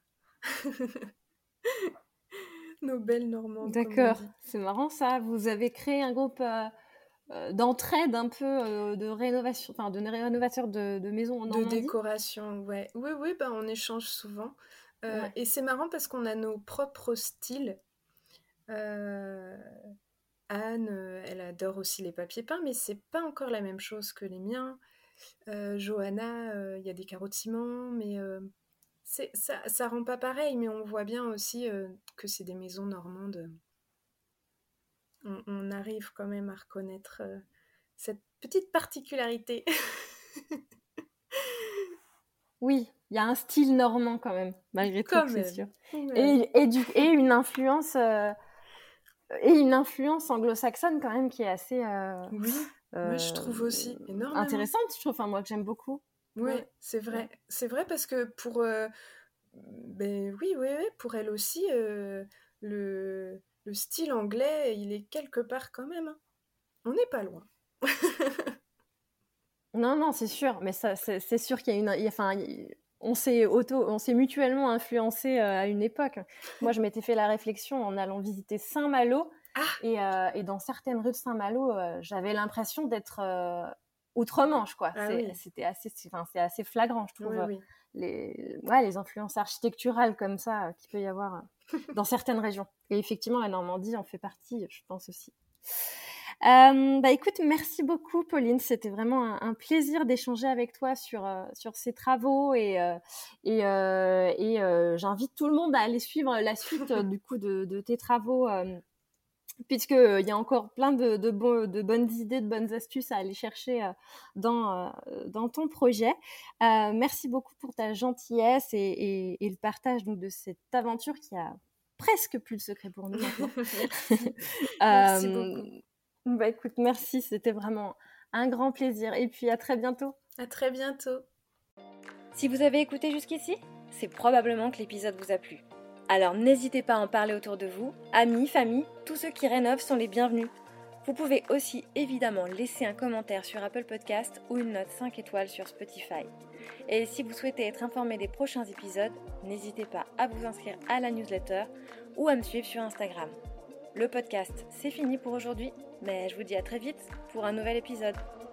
Nos belles normandes, comme on D'accord, dit. c'est marrant ça. Vous avez créé un groupe euh, euh, d'entraide un peu euh, de rénovation, enfin de rénovateurs de, de maisons en De Normandie. décoration, ouais. Oui, oui, bah, on échange souvent. Euh, Ouais. et c'est marrant parce qu'on a nos propres styles. Euh, Anne, euh, elle adore aussi les papiers peints, mais c'est pas encore la même chose que les miens. Euh, Johanna, euh, il y a des carreaux de ciment, mais euh, c'est, ça, ça rend pas pareil, mais on voit bien aussi euh, que c'est des maisons normandes. On, on arrive quand même à reconnaître euh, cette petite particularité. Oui, il y a un style normand quand même, malgré tout, Quand c'est sûr. même. Ouais. Et, et, du, et une influence euh, et une influence anglo-saxonne quand même qui est assez euh, Oui, oui, je euh, trouve aussi, énormément. intéressante, je trouve. Enfin, moi que j'aime beaucoup. Ouais, Ouais, c'est ouais. vrai. C'est vrai parce que pour... euh, ben oui, oui, oui, pour elle aussi, euh, le, le style anglais, il est quelque part quand même. Hein. On n'est pas loin. Non, non, c'est sûr, mais ça, c'est, c'est sûr qu'il y a une, il y a- enfin, il- on s'est auto, on s'est mutuellement influencé euh, à une époque. Moi, je m'étais fait la réflexion en allant visiter Saint-Malo, Ah, et, euh, et dans certaines rues de Saint-Malo, euh, j'avais l'impression d'être euh, outre-Manche, quoi. ah C'est, oui, c'était assez, c'est, enfin, c'est assez flagrant, je oui, trouve, euh, oui. les, ouais, les influences architecturales comme ça euh, qu'il peut y avoir euh, dans certaines régions. Et effectivement, la Normandie en fait partie, je pense aussi. Euh, bah écoute, merci beaucoup Pauline, c'était vraiment un, un plaisir d'échanger avec toi sur, euh, sur ces travaux et, euh, et, euh, et euh, j'invite tout le monde à aller suivre la suite euh, du coup de, de tes travaux euh, puisqu'il euh, y a encore plein de, de, bo- de bonnes idées, de bonnes astuces à aller chercher euh, dans, euh, dans ton projet. Euh, merci beaucoup pour ta gentillesse et, et, et le partage donc, de cette aventure qui a presque plus de secret pour nous maintenant. Merci. Merci Euh, beaucoup. bah écoute, merci, c'était vraiment un grand plaisir. Et puis à très bientôt. À très bientôt. Si vous avez écouté jusqu'ici, c'est probablement que l'épisode vous a plu. Alors n'hésitez pas à en parler autour de vous, amis, famille, tous ceux qui rénovent sont les bienvenus. Vous pouvez aussi évidemment laisser un commentaire sur Apple Podcast ou une note cinq étoiles sur Spotify. Et si vous souhaitez être informé des prochains épisodes, n'hésitez pas à vous inscrire à la newsletter ou à me suivre sur Instagram. Le podcast, c'est fini pour aujourd'hui, mais je vous dis à très vite pour un nouvel épisode.